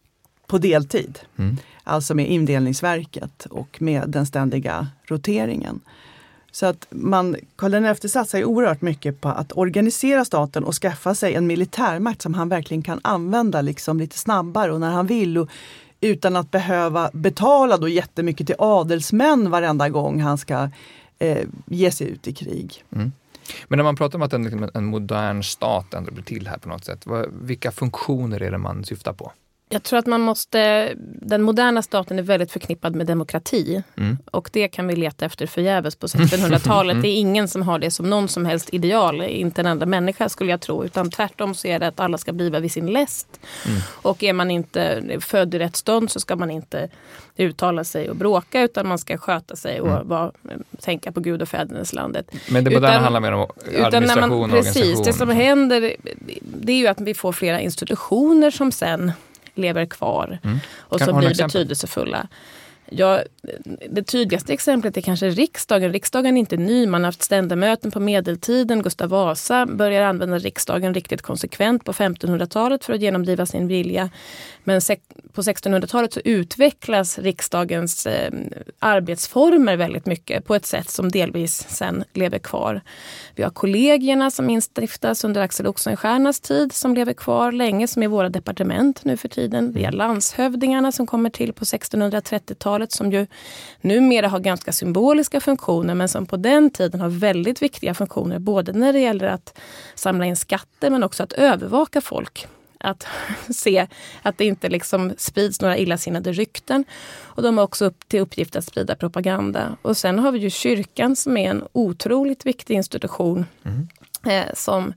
på deltid. Mm. Alltså med indelningsverket och med den ständiga roteringen. Så att man, Karl den elfte satsar ju oerhört mycket på att organisera staten och skaffa sig en militärmakt som han verkligen kan använda liksom lite snabbare och när han vill. Och utan att behöva betala då jättemycket till adelsmän varenda gång han ska eh, ge sig ut i krig. Mm. Men när man pratar om att en, en modern stat ändå blir till här på något sätt, vad, vilka funktioner är det man syftar på? Jag tror att man måste, den moderna staten är väldigt förknippad med demokrati. Mm. Och det kan vi leta efter förgäves på sextonhundratalet. Mm. Det är ingen som har det som någon som helst ideal, inte en enda människa skulle jag tro. Utan tvärtom så är det att alla ska bliva vid sin läst. Mm. Och är man inte född i rätt stånd så ska man inte uttala sig och bråka utan man ska sköta sig och mm. bara, tänka på Gud och fäderneslandet. Men det moderna utan, handlar mer om administration och precis, organisation. Det som händer det är ju att vi får flera institutioner som sen lever kvar mm. och som blir betydelsefulla. Ja, det tydligaste exemplet är kanske riksdagen. Riksdagen är inte ny. Man har haft ständemöten på medeltiden. Gustav Vasa börjar använda riksdagen riktigt konsekvent på femtonhundratalet för att genomdriva sin vilja. Men på sextonhundratalet så utvecklas riksdagens eh, arbetsformer väldigt mycket på ett sätt som delvis sen lever kvar. Vi har kollegierna som instiftas under Axel Oxenstiernas tid som lever kvar länge, som är våra departement nu för tiden. Vi har landshövdingarna som kommer till på sextonhundratrettiotalet som ju numera har ganska symboliska funktioner men som på den tiden har väldigt viktiga funktioner både när det gäller att samla in skatter men också att övervaka folk. Att se att det inte liksom sprids några illasinnade rykten. Och de har också upp till uppgift att sprida propaganda. Och sen har vi ju kyrkan som är en otroligt viktig institution mm. eh, som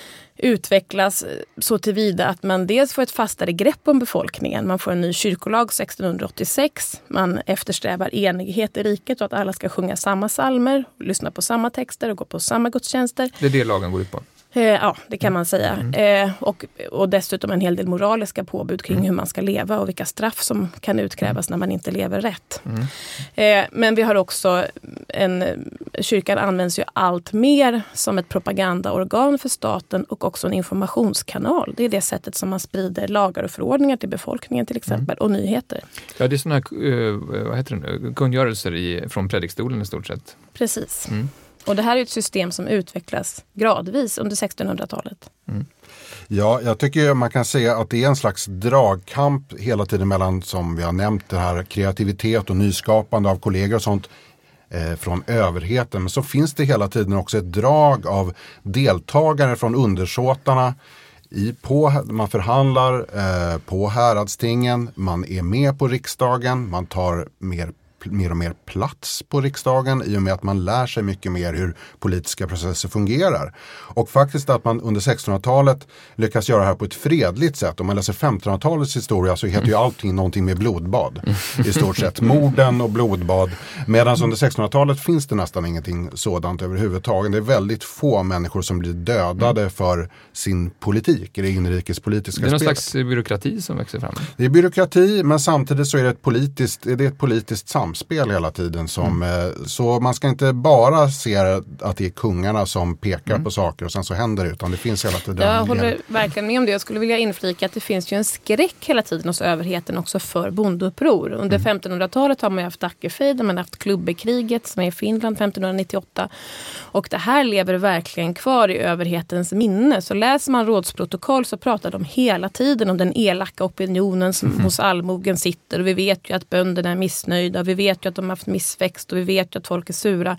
utvecklas så tillvida att man dels får ett fastare grepp om befolkningen. Man får en ny kyrkolag sextonhundraåttiosex. Man eftersträvar enighet i riket och att alla ska sjunga samma psalmer, lyssna på samma texter och gå på samma gudstjänster. Det är det lagen går ut på. Eh, ja, det kan man säga. Mm. Eh, och, och dessutom en hel del moraliska påbud kring mm. hur man ska leva och vilka straff som kan utkrävas när man inte lever rätt. Mm. Eh, men vi har också en, kyrkan används ju allt mer som ett propagandaorgan för staten och också en informationskanal. Det är det sättet som man sprider lagar och förordningar till befolkningen till exempel mm. och nyheter. Ja, det är sådana här uh, vad heter det, kungörelser i, från predikstolen i stort sett. Precis. Mm. Och det här är ett system som utvecklas gradvis under sextonhundratalet. Mm. Ja, jag tycker man kan säga att det är en slags dragkamp hela tiden mellan, som vi har nämnt, det här kreativitet och nyskapande av kollegor och sånt eh, från överheten. Men så finns det hela tiden också ett drag av deltagare från undersåtarna. I, på, man förhandlar eh, på häradstingen, man är med på riksdagen, man tar mer mer och mer plats på riksdagen i och med att man lär sig mycket mer hur politiska processer fungerar. Och faktiskt att man under sextonhundratalet lyckas göra det här på ett fredligt sätt. Om man läser femtonhundratalets historia så heter ju allting någonting med blodbad. I stort sett morden och blodbad. Medan under sextonhundratalet finns det nästan ingenting sådant överhuvudtaget. Det är väldigt få människor som blir dödade för sin politik i det inrikespolitiska spelet. Det är någon slags byråkrati som växer fram. Det är byråkrati, men samtidigt så är det ett politiskt, det är ett politiskt samspel spel hela tiden som, mm. så man ska inte bara se att det är kungarna som pekar mm. på saker och sen så händer det, utan det finns hela tiden. Jag håller verkligen med om det. Jag skulle vilja inflika att det finns ju en skräck hela tiden hos överheten också för bondeuppror. Under mm. femtonhundratalet har man ju haft Dackefejden, man har haft Klubbekriget som är i Finland femtonhundranittioåtta och det här lever verkligen kvar i överhetens minne. Så läser man rådsprotokoll så pratar de hela tiden om den elaka opinionen som mm. hos allmogen sitter och vi vet ju att bönderna är missnöjda och vi vet ju att de har haft missväxt och vi vet ju att folk är sura.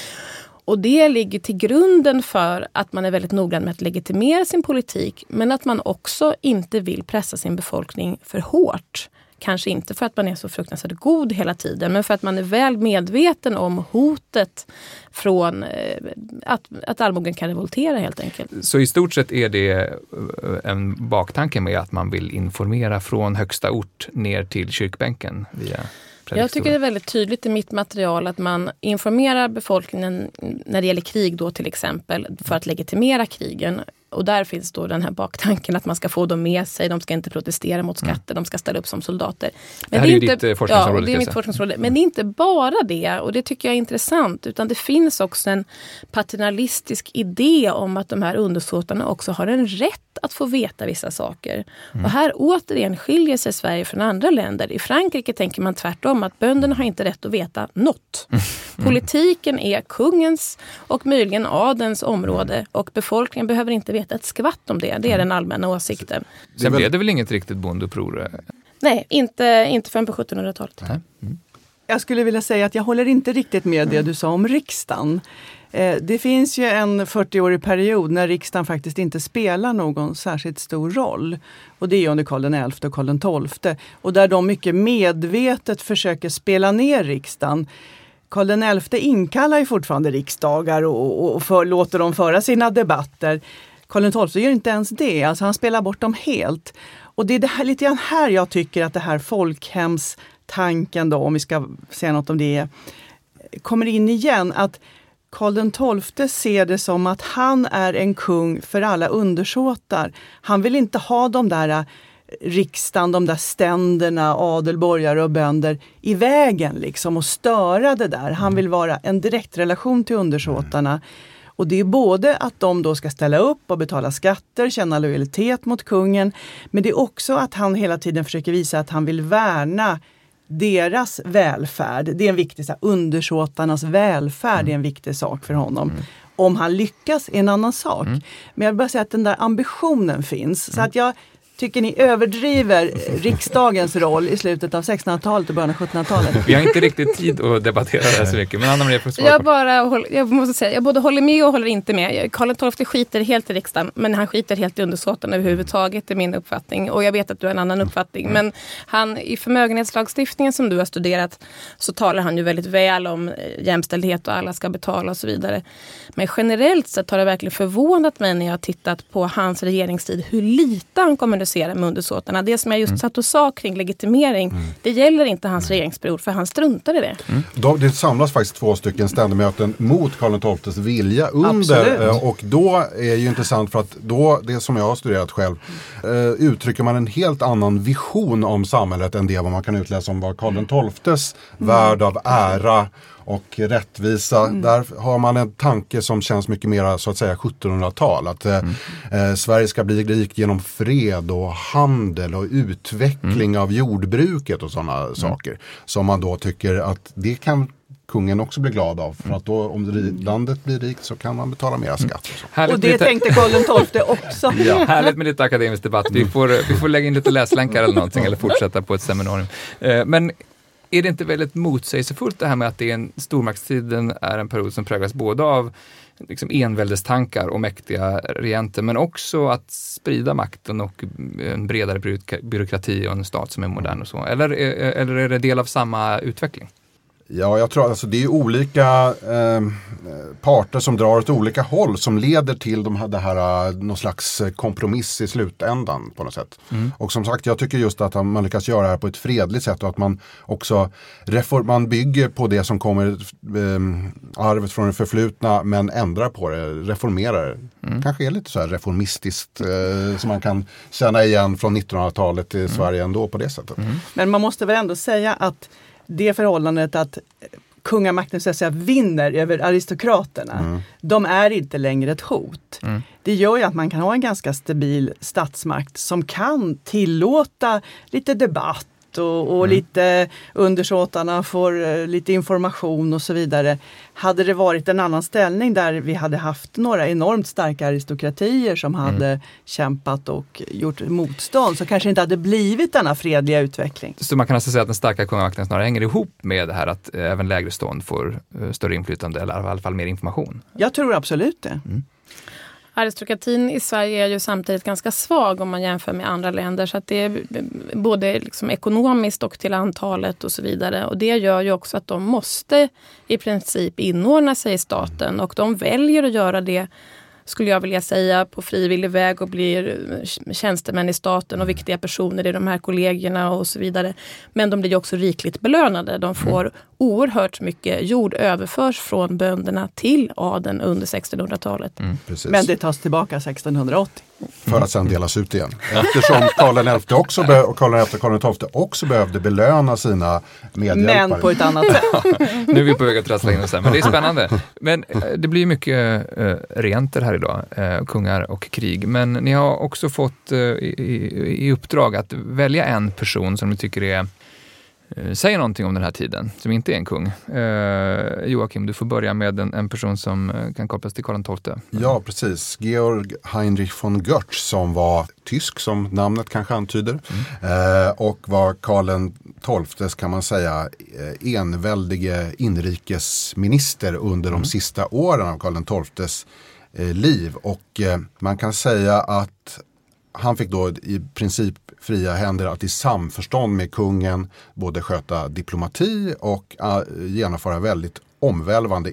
Och det ligger till grunden för att man är väldigt noggrann med att legitimera sin politik men att man också inte vill pressa sin befolkning för hårt. Kanske inte för att man är så fruktansvärt god hela tiden men för att man är väl medveten om hotet från eh, att, att allmogen kan revoltera helt enkelt. Så i stort sett är det en baktanke med att man vill informera från högsta ort ner till kyrkbänken via... Jag tycker det är väldigt tydligt i mitt material att man informerar befolkningen när det gäller krig då till exempel för att legitimera krigen Och där finns då den här baktanken att man ska få dem med sig, de ska inte protestera mot skatter, mm. de ska ställa upp som soldater. Men det här det är, är ju inte, ditt forskningsområde. Ja, det är mitt forskningsområde. Men det är inte bara det, och det tycker jag är intressant, utan det finns också en paternalistisk idé om att de här undersåtarna också har en rätt att få veta vissa saker. Mm. Och här återigen skiljer sig Sverige från andra länder. I Frankrike tänker man tvärtom att bönderna har inte rätt att veta något. Mm. Politiken är kungens och möjligen adens område och befolkningen behöver inte veta ett skvatt om det. Det är den allmänna åsikten. Sen blev det väl inget riktigt bondeuppror? Nej, inte, inte förrän på sjuttonhundratalet. Mm. Jag skulle vilja säga att jag håller inte riktigt med det du sa om riksdagen. Det finns ju en fyrtioårig period när riksdagen faktiskt inte spelar någon särskilt stor roll. Och det är under Karl den elfte och Karl den tolfte. Och där de mycket medvetet försöker spela ner riksdagen. Karl den elfte inkallar ju fortfarande riksdagar och, och för, låter dem föra sina debatter. Karl den tolfte gör inte ens det, alltså han spelar bort dem helt. Och det är det här, lite grann här jag tycker att det här folkhemstanken då, om vi ska säga något om det, kommer in igen. Att Karl den tolfte ser det som att han är en kung för alla undersåtar. Han vill inte ha de där riksdagen, de där ständerna, adelborgare och bönder i vägen liksom och störa det där. Han vill vara en direkt relation till undersåtarna. Och det är både att de då ska ställa upp och betala skatter, känna lojalitet mot kungen. Men det är också att han hela tiden försöker visa att han vill värna deras välfärd. Det är en viktig sak. Undersåtarnas välfärd är en viktig sak för honom. Mm. Om han lyckas är en annan sak. Mm. Men jag vill bara säga att den där ambitionen finns. Så att jag tycker ni överdriver riksdagens roll i slutet av sextonhundratalet och början av sjuttonhundratalet. Vi har inte riktigt tid att debattera det här så mycket, men Anna-Maria får svara. Jag, bara, jag måste säga, jag både håller med och håller inte med. Karl den tolfte skiter helt i riksdagen, men han skiter helt i undersåtarna överhuvudtaget, är min uppfattning. Och jag vet att du har en annan uppfattning. Men han, i förmögenhetslagstiftningen som du har studerat så talar han ju väldigt väl om jämställdhet och alla ska betala och så vidare. Men generellt sett har det verkligen förvånat mig när jag har tittat på hans regeringstid hur lite han kommer med undersåtarna. Det som jag just satt och sa kring legitimering, mm. det gäller inte hans regeringsperiod, för han struntade i det. Mm. Då, det samlas faktiskt två stycken ständemöten mot Karl den tolftes vilja under. Absolut. Och då är ju intressant för att då, det som jag har studerat själv, eh, uttrycker man en helt annan vision om samhället än det vad man kan utläsa om vad Karl den tolftes mm. värld av ära och rättvisa. Mm. Där har man en tanke som känns mycket mer så att säga sjuttonhundratal. Att mm. eh, Sverige ska bli rikt genom fred och handel och utveckling mm. av jordbruket och sådana mm. saker. Som man då tycker att det kan kungen också bli glad av. För att då om landet blir rikt så kan man betala mer skatt. Och, och det tänkte Karl den tolfte också. Ja. Härligt med lite akademisk debatt. Vi får, vi får lägga in lite läslänkar eller någonting eller fortsätta på ett seminarium. Eh, men är det inte väldigt motsägelsefullt det här med att det är en stormaktstiden är en period som präglas både av liksom enväldestankar och mäktiga regenter, men också att sprida makten och en bredare byråkrati och en stat som är modern och så. Eller, eller är det del av samma utveckling? Ja, jag tror alltså det är olika eh, parter som drar åt olika håll som leder till de här, det här, någon slags kompromiss i slutändan på något sätt. Mm. Och som sagt, jag tycker just att man lyckas göra det här på ett fredligt sätt och att man också reform, man bygger på det som kommer eh, arvet från det förflutna men ändrar på det, reformerar det. Mm. Kanske är lite så här reformistiskt eh, som man kan känna igen från nittonhundratalet i mm. Sverige ändå på det sättet. Mm. Men man måste väl ändå säga att det förhållandet att kungamakten så att säga vinner över aristokraterna, mm. de är inte längre ett hot. Mm. Det gör ju att man kan ha en ganska stabil statsmakt som kan tillåta lite debatt och, och mm. lite undersåtarna får uh, lite information och så vidare. Hade det varit en annan ställning där vi hade haft några enormt starka aristokratier som hade mm. kämpat och gjort motstånd så kanske inte hade blivit denna fredliga utveckling. Så man kan alltså säga att den starka kungamakten snarare hänger ihop med det här att uh, även lägre stånd får uh, större inflytande eller i alla fall mer information? Jag tror absolut det. Mm. Aristokratin i Sverige är ju samtidigt ganska svag om man jämför med andra länder, så att det är både liksom ekonomiskt och till antalet och så vidare, och det gör ju också att de måste i princip inordna sig i staten och de väljer att göra det skulle jag vilja säga, på frivillig väg och blir tjänstemän i staten och viktiga personer i de här kollegierna och så vidare. Men de blir ju också rikligt belönade. De får mm. oerhört mycket jord överförs från bönderna till adeln under sextonhundratalet. Mm. Men det tas tillbaka sextonhundraåttio. För att sedan delas ut igen. Eftersom Karl den elfte också be- och Karl den elfte och Karl den tolfte också behövde belöna sina medhjälpare. Men på ett annat sätt. Nu är vi på väg att trassla in oss här, men det är spännande. Men det blir mycket uh, rent det här idag, uh, kungar och krig. Men ni har också fått uh, i, i uppdrag att välja en person som ni tycker är säger någonting om den här tiden, som inte är en kung. Eh, Joakim, du får börja med en, en person som kan kopplas till Karl den tolfte. Ja, precis. Georg Heinrich von Götz, som var tysk, som namnet kanske antyder. Mm. Eh, och var Karl den tolftes, kan man säga, enväldige inrikesminister under mm. de sista åren av Karl den tolftes eh, liv. Och eh, man kan säga att han fick då i princip fria händer att i samförstånd med kungen både sköta diplomati och uh, genomföra väldigt omvälvande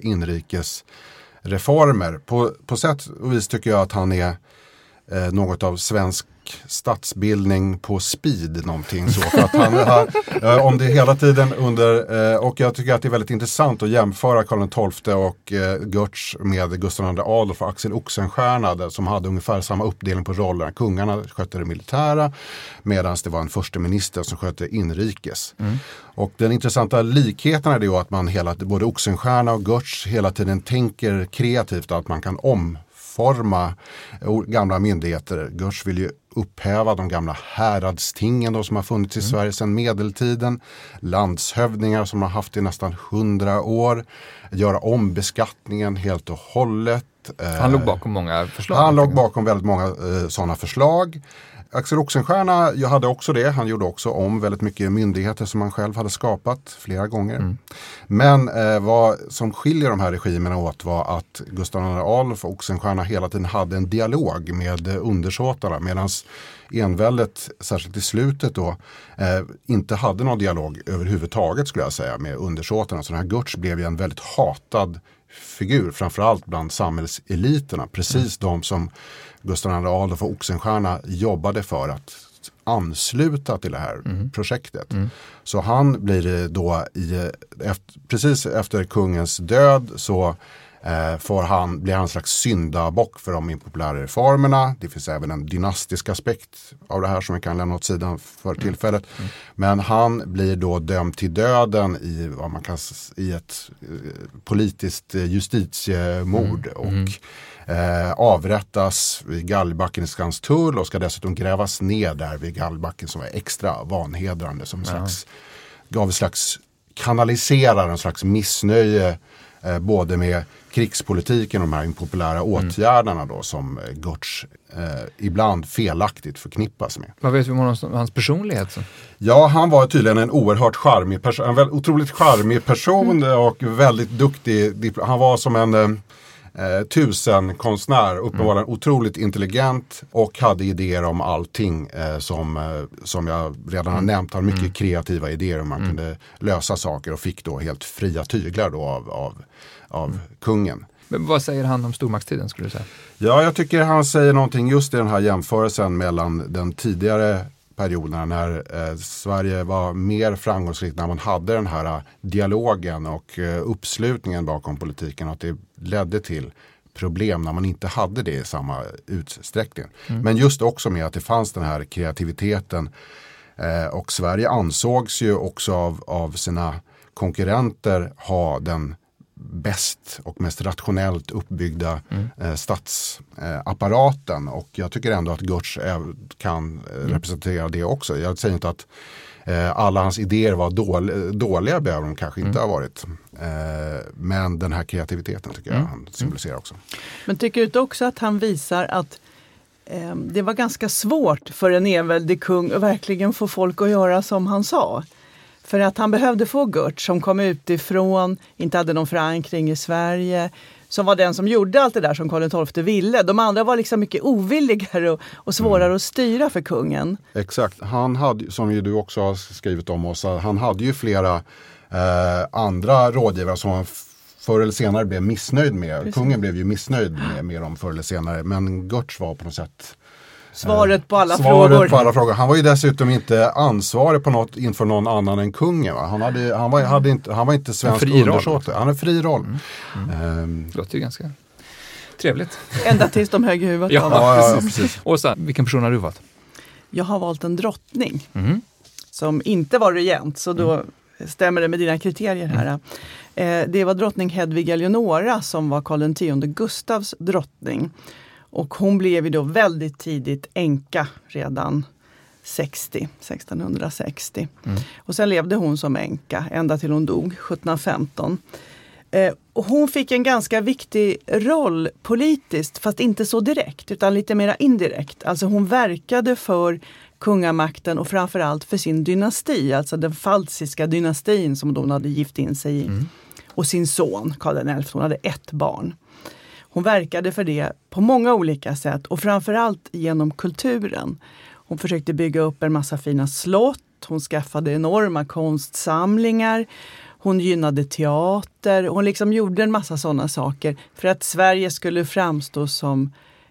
inrikesreformer. På, på sätt och vis tycker jag att han är eh, något av svensk statsbildning på speed, någonting så. För att han har, eh, om det hela tiden under, eh, och jag tycker att det är väldigt intressant att jämföra Karl den tolfte och eh, Götz med Gustav den andre Adolf och Axel Oxenstierna, som hade ungefär samma uppdelning på rollerna. Kungarna skötte det militära, medan det var en första minister som skötte inrikes. Mm. Och den intressanta likheten är det att man hela, både Oxenstierna och Götz hela tiden tänker kreativt att man kan om forma gamla myndigheter. Götz vill ju upphäva de gamla häradstingen då, som har funnits i mm. Sverige sedan medeltiden. Landshövdingar som har haft i nästan hundra år. Göra om beskattningen helt och hållet. Han låg bakom många förslag. Han låg bakom väldigt många eh, sådana förslag. Axel Oxenstierna, jag hade också det. Han gjorde också om väldigt mycket myndigheter som han själv hade skapat flera gånger. Mm. Men eh, vad som skiljer de här regimerna åt var att Gustav den andre Adolf och Oxenstierna hela tiden hade en dialog med eh, undersåtarna, medan enväldet, särskilt i slutet då, eh, inte hade någon dialog överhuvudtaget, skulle jag säga, med undersåtarna. Så den här Götz blev ju en väldigt hatad figur, framförallt bland samhällseliterna. Precis mm. de som Gustav den andre Adolf och Oxenstierna jobbade för att ansluta till det här mm. projektet. Mm. Så han blir då, i, efter, precis efter kungens död, så eh, får han, blir han en slags syndabock för de impopulära reformerna. Det finns även en dynastisk aspekt av det här som vi kan lämna åt sidan för tillfället. Mm. Mm. Men han blir då dömd till döden i, vad man kan, i ett eh, politiskt justitiemord. Mm. Mm. och Eh, avrättas vid Gallbacken i Skanstull och ska dessutom grävas ner där vid Gallbacken, som var extra vanhedrande, som en slags, gav en slags kanaliserar en slags missnöje eh, både med krigspolitiken och de här impopulära åtgärderna mm. då, som eh, Götz eh, ibland felaktigt förknippas med. Vad vet vi om hans, hans personlighet? Så? Ja, han var tydligen en oerhört charmig person, en väldigt otroligt charmig person mm. och väldigt duktig. Han var som en eh, Eh, tusen konstnär, uppenbarligen mm. otroligt intelligent och hade idéer om allting eh, som, eh, som jag redan har nämnt. Har mycket mm. kreativa idéer om man mm. kunde lösa saker och fick då helt fria tyglar då av, av, av mm. kungen. Men vad säger han om stormaktstiden, skulle du säga? Ja, jag tycker han säger någonting just i den här jämförelsen mellan den tidigare perioderna när eh, Sverige var mer framgångsrikt, när man hade den här uh, dialogen och uh, uppslutningen bakom politiken, att det ledde till problem när man inte hade det i samma utsträckning. Mm. Men just också med att det fanns den här kreativiteten eh, och Sverige ansågs ju också av, av sina konkurrenter ha den bäst och mest rationellt uppbyggda mm. eh, statsapparaten. Eh, och jag tycker ändå att Götz kan eh, mm. representera det också. Jag säger inte att eh, alla hans idéer var dål- dåliga, behöver de kanske mm. inte ha varit. Eh, men den här kreativiteten tycker jag mm. han symboliserar också. Men tycker du inte också att han visar att eh, det var ganska svårt för en enväldig kung att verkligen få folk att göra som han sa? För att han behövde få Götz som kom utifrån, inte hade någon förankring i Sverige, som var den som gjorde allt det där som Karl den tolfte ville. De andra var liksom mycket ovilligare och, och svårare mm. att styra för kungen. Exakt. Han hade, som ju du också har skrivit om oss, han hade ju flera eh, andra rådgivare som förr eller senare blev missnöjd med. Precis. Kungen blev ju missnöjd med, med dem förr eller senare. Men Görtz var på något sätt Svaret på alla Svaret frågor. på alla frågor. Han var ju dessutom inte ansvarig på något inför någon annan än kungen. Va? Han, hade, han, var, hade inte, han var inte svensk undersåte. Han hade fri roll. Mm. Mm. Um, Det låter ju ganska trevligt. Ända tills de högg huvudet Ja. av. ja, ja, precis. Åsa, vilken person har du valt? Jag har valt en drottning Mm. som inte var regent, så då mm. stämmer det med dina kriterier här. Mm. Eh, det var drottning Hedvig Eleonora som var Karl den tionde Gustavs drottning. Och hon blev ju då väldigt tidigt änka redan sextio, sextonhundrasextio. Mm. Och sen levde hon som änka ända till hon dog sjuttonhundrafemton. Eh, och hon fick en ganska viktig roll politiskt, fast inte så direkt utan lite mer indirekt. Alltså hon verkade för kungamakten och framförallt för sin dynasti, alltså den falsiska dynastin som hon hade gift in sig i. Mm. Och sin son Karl den elfte, hon hade ett barn. Hon verkade för det på många olika sätt och framförallt genom kulturen. Hon försökte bygga upp en massa fina slott, hon skaffade enorma konstsamlingar, hon gynnade teater, hon liksom gjorde en massa sådana saker för att Sverige skulle framstå som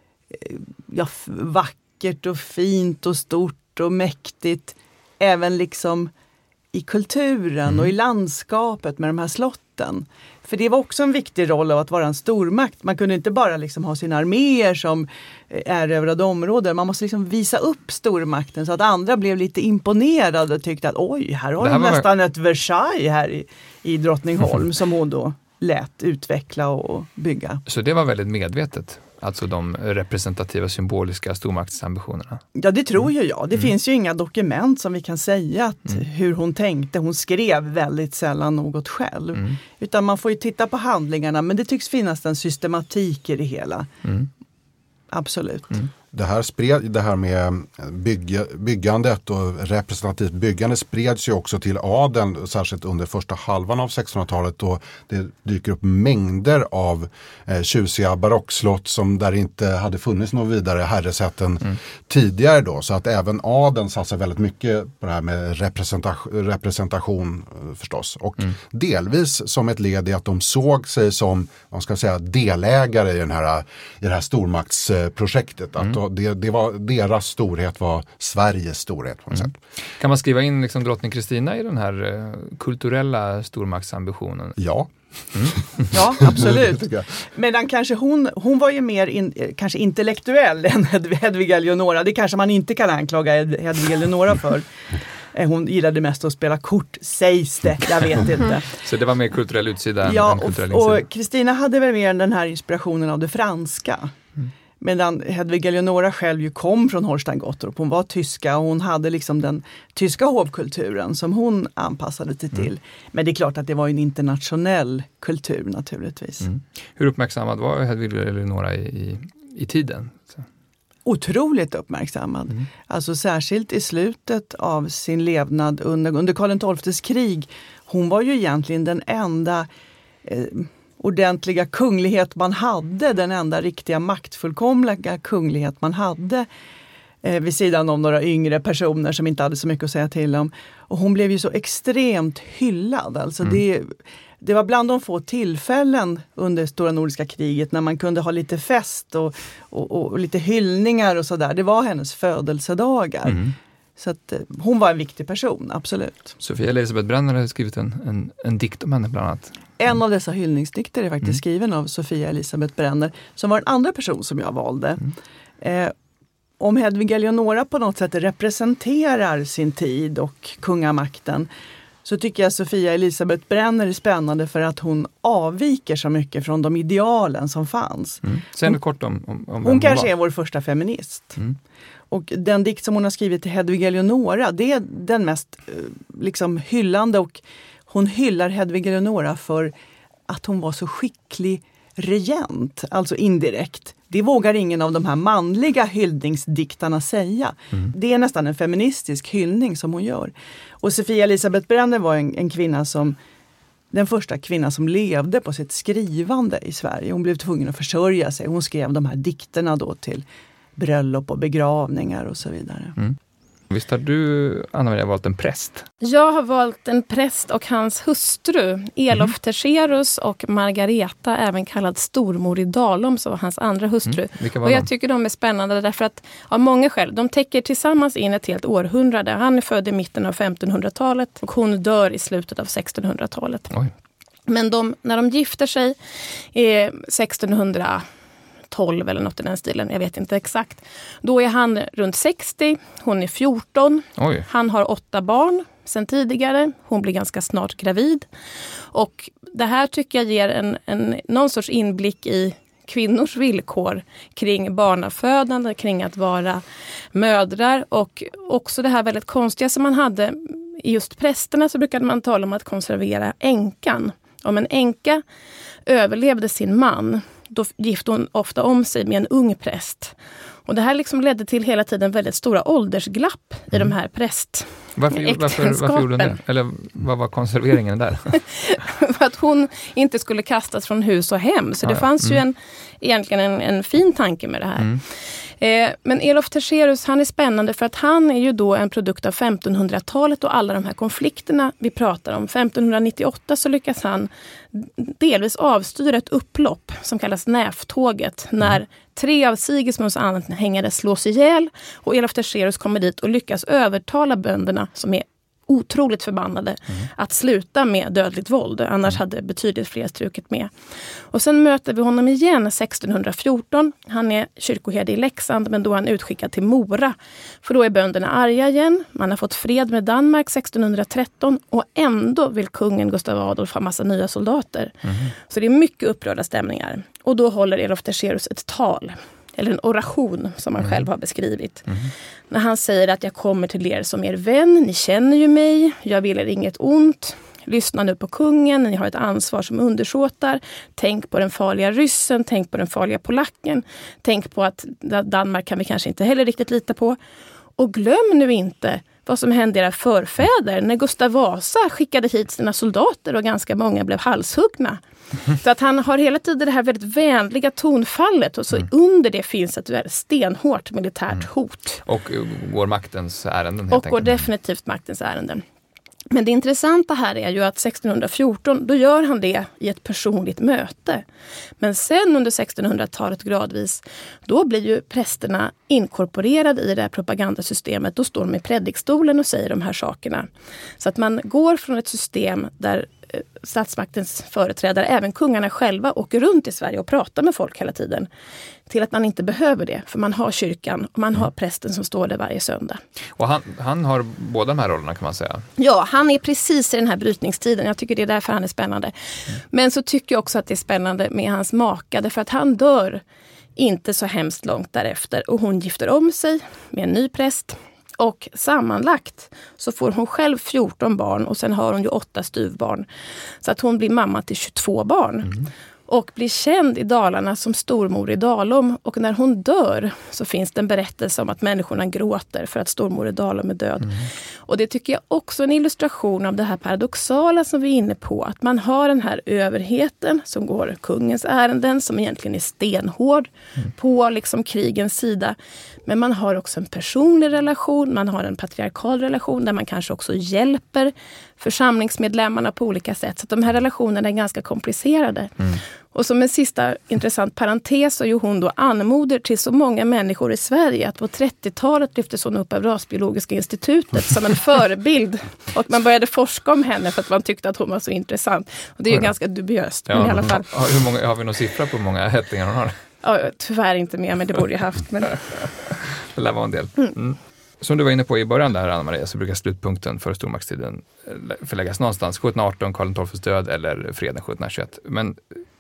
ja, vackert och fint och stort och mäktigt. Även liksom i kulturen mm. och i landskapet med de här slotten. För det var också en viktig roll av att vara en stormakt. Man kunde inte bara liksom ha sina arméer som erövrade områden. Man måste liksom visa upp stormakten så att andra blev lite imponerade och tyckte att oj, här har de nästan var... ett Versailles här i, i Drottningholm som hon då lät utveckla och bygga. Så det var väldigt medvetet? Alltså de representativa symboliska stormaktsambitionerna? Ja, det tror ju jag. Det mm. finns ju inga dokument som vi kan säga att mm. hur hon tänkte. Hon skrev väldigt sällan något själv. Mm. Utan man får ju titta på handlingarna, men det tycks finnas en systematik i det hela. Mm. Absolut. Mm. Det här, spred, det här med bygge, byggandet och representativt byggande spreds ju också till adeln, särskilt under första halvan av sextonhundratalet då det dyker upp mängder av eh, tjusiga barockslott som där inte hade funnits någon vidare herresätten mm. tidigare då. Så att även adeln satsar väldigt mycket på det här med representation, representation förstås. Och mm. delvis som ett led i att de såg sig som, vad ska jag säga, delägare i, den här, i det här stormaktsprojektet. Mm. Att Det, det var, deras storhet var Sveriges storhet på något mm. sätt. Kan man skriva in liksom drottning Kristina i den här uh, kulturella stormaktsambitionen? Ja. Mm. Ja, absolut. Medan kanske hon, hon var ju mer in, kanske intellektuell än Hedvig Eleonora. Det kanske man inte kan anklaga Hedvig Eleonora för. Hon gillade mest att spela kort, sägs det, jag vet inte. Så det var mer kulturell utsida än, ja, än kulturell insida? och Kristina hade väl mer den här inspirationen av det franska. Mm. Medan Hedvig Eleonora själv ju kom från Holstein-Gottorp. Hon var tyska och hon hade liksom den tyska hovkulturen som hon anpassade sig till. Mm. Men det är klart att det var en internationell kultur naturligtvis. Mm. Hur uppmärksammad var Hedvig Eleonora i, i, i tiden? Så. Otroligt uppmärksammad. Mm. Alltså särskilt i slutet av sin levnad under, under Karl den tolftes krig. Hon var ju egentligen den enda... Eh, ordentliga kunglighet man hade, den enda riktiga maktfullkomliga kunglighet man hade eh, vid sidan om några yngre personer som inte hade så mycket att säga till om. Och hon blev ju så extremt hyllad. Alltså mm. det, det var bland de få tillfällen under Stora Nordiska kriget när man kunde ha lite fest och, och, och lite hyllningar och sådär. Det var hennes födelsedagar. Mm. Så att hon var en viktig person, absolut. Sofia Elisabeth Brenner har skrivit en, en, en dikt om henne bland annat. En av dessa hyllningsdikter är faktiskt mm. skriven av Sofia Elisabeth Brenner som var en andra person som jag valde. Mm. Eh, om Hedvig Eleonora på något sätt representerar sin tid och kungamakten så tycker jag Sofia Elisabeth Brenner är spännande för att hon avviker så mycket från de idealen som fanns. Mm. Säg kort om, om, om Hon kanske är vår första feminist. Mm. Och den dikt som hon har skrivit till Hedvig Eleonora, det är den mest liksom hyllande och hon hyllar Hedvig Eleonora för att hon var så skicklig regent, alltså indirekt. Det vågar ingen av de här manliga hyllningsdiktarna säga. Mm. Det är nästan en feministisk hyllning som hon gör. Och Sofia Elisabeth Brenner var en, en kvinna som, den första kvinna som levde på sitt skrivande i Sverige. Hon blev tvungen att försörja sig. Hon skrev de här dikterna då till bröllop och begravningar och så vidare. Mm. Visst har du, Anna-Maria, valt en präst? Jag har valt en präst och hans hustru, Elof mm. Terserus och Margareta, även kallad Stormor i Dalom, som var hans andra hustru. Mm. Och jag tycker de är spännande därför att av många skäl, de täcker tillsammans in ett helt århundrade. Han är född i mitten av femtonhundratalet och hon dör i slutet av sextonhundratalet. Oj. Men de, när de gifter sig är sextonhundratolv eller något i den stilen, jag vet inte exakt. Då är han runt sextio, hon är fjorton. Oj. Han har åtta barn sedan tidigare. Hon blir ganska snart gravid. Och det här tycker jag ger en, en, någon sorts inblick i kvinnors villkor kring barnafödande, kring att vara mödrar. Och också det här väldigt konstiga som man hade i just prästerna, så brukade man tala om att konservera änkan. Om en änka överlevde sin man, då gifte hon ofta om sig med en ung präst. Och det här liksom ledde till hela tiden väldigt stora åldersglapp i mm. de här präst. Varför, varför, varför gjorde hon det? Eller vad var konserveringen där? För att hon inte skulle kastas från hus och hem. Så det ah, ja. fanns mm. ju en, egentligen en, en fin tanke med det här. Mm. Eh, men Elof Terserus, han är spännande för att han är ju då en produkt av femtonhundratalet och alla de här konflikterna vi pratar om. femtonhundranittioåtta så lyckas han delvis avstyra ett upplopp som kallas Näftåget, mm. när tre av Sigismunds anhängare slås ihjäl och Elof Terserus kommer dit och lyckas övertala bönderna som är otroligt förbannade mm. att sluta med dödligt våld. Annars mm. hade betydligt fler strukit med. Och sen möter vi honom igen sextonhundrafjorton. Han är kyrkoherde i Leksand, men då är han utskickad till Mora. För då är bönderna arga igen. Man har fått fred med Danmark sextonhundratretton och ändå vill kungen Gustav Adolf ha massa nya soldater. Mm. Så det är mycket upprörda stämningar. Och då håller Elof Terserus ett tal. Eller en oration som han mm. själv har beskrivit. Mm. När han säger att jag kommer till er som er vän, ni känner ju mig, jag vill er inget ont. Lyssna nu på kungen, ni har ett ansvar som undersåtar. Tänk på den farliga ryssen, tänk på den farliga polacken. Tänk på att Danmark kan vi kanske inte heller riktigt lita på. Och glöm nu inte vad som hände era förfäder när Gustav Vasa skickade hit sina soldater och ganska många blev halshuggna. Så att han har hela tiden det här väldigt vänliga tonfallet och så mm. under det finns ett väldigt stenhårt militärt mm. hot. Och går maktens ärenden helt Och går definitivt maktens ärenden. Men det intressanta här är ju att sextonhundrafjorton, då gör han det i ett personligt möte. Men sen under sextonhundratalet gradvis, då blir ju prästerna inkorporerade i det här propagandasystemet. Då står de i predikstolen och säger de här sakerna. Så att man går från ett system där statsmaktens företrädare, även kungarna själva, åker runt i Sverige och pratar med folk hela tiden, till att man inte behöver det. För man har kyrkan och man har prästen som står där varje söndag. Och han, han har båda de här rollerna, kan man säga. Ja, han är precis i den här brytningstiden. Jag tycker det är därför han är spännande. Mm. Men så tycker jag också att det är spännande med hans maka. Därför att han dör inte så hemskt långt därefter. Och hon gifter om sig med en ny präst. Och sammanlagt så får hon själv fjorton barn och sen har hon ju åtta styvbarn. Så att hon blir mamma till tjugotvå barn. Mm. Och blir känd i Dalarna som Stormor i Dalom. Och när hon dör så finns det en berättelse om att människorna gråter för att Stormor i Dalom är död. Mm. Och det tycker jag också är en illustration av det här paradoxala som vi är inne på. Att man har den här överheten som går kungens ärenden, som egentligen är stenhård mm. på liksom krigens sida. Men man har också en personlig relation, man har en patriarkal relation där man kanske också hjälper församlingsmedlemmarna på olika sätt. Så att de här relationerna är ganska komplicerade. Mm. Och som en sista intressant parentes så är ju hon då anmoder till så många människor i Sverige att på trettiotalet lyftes hon upp av Rasbiologiska institutet som en förebild. Och man började forska om henne för att man tyckte att hon var så intressant. Och det är ju ja. ganska dubiöst, ja, men i alla fall. Hur många, har vi någon siffra på hur många ättlingar hon har? Ja, tyvärr inte mer, men det borde jag haft. Men... det lär vara en del. Mm. Som du var inne på i början där, Anna-Maria, så brukar slutpunkten för stormaktstiden förläggas någonstans. sjuttonhundraarton, Karl den tolftes död eller freden sjuttonhundratjugoett. Men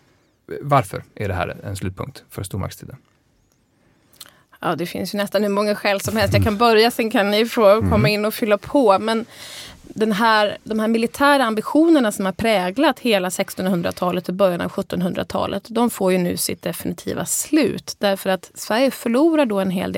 varför är det här en slutpunkt för stormaktstiden? Ja, det finns ju nästan hur många skäl som helst. Jag kan börja, sen kan ni få komma in och fylla på. Men den här, de här militära ambitionerna som har präglat hela sextonhundratalet och början av sjuttonhundratalet, de får ju nu sitt definitiva slut. Därför att Sverige förlorar då en hel del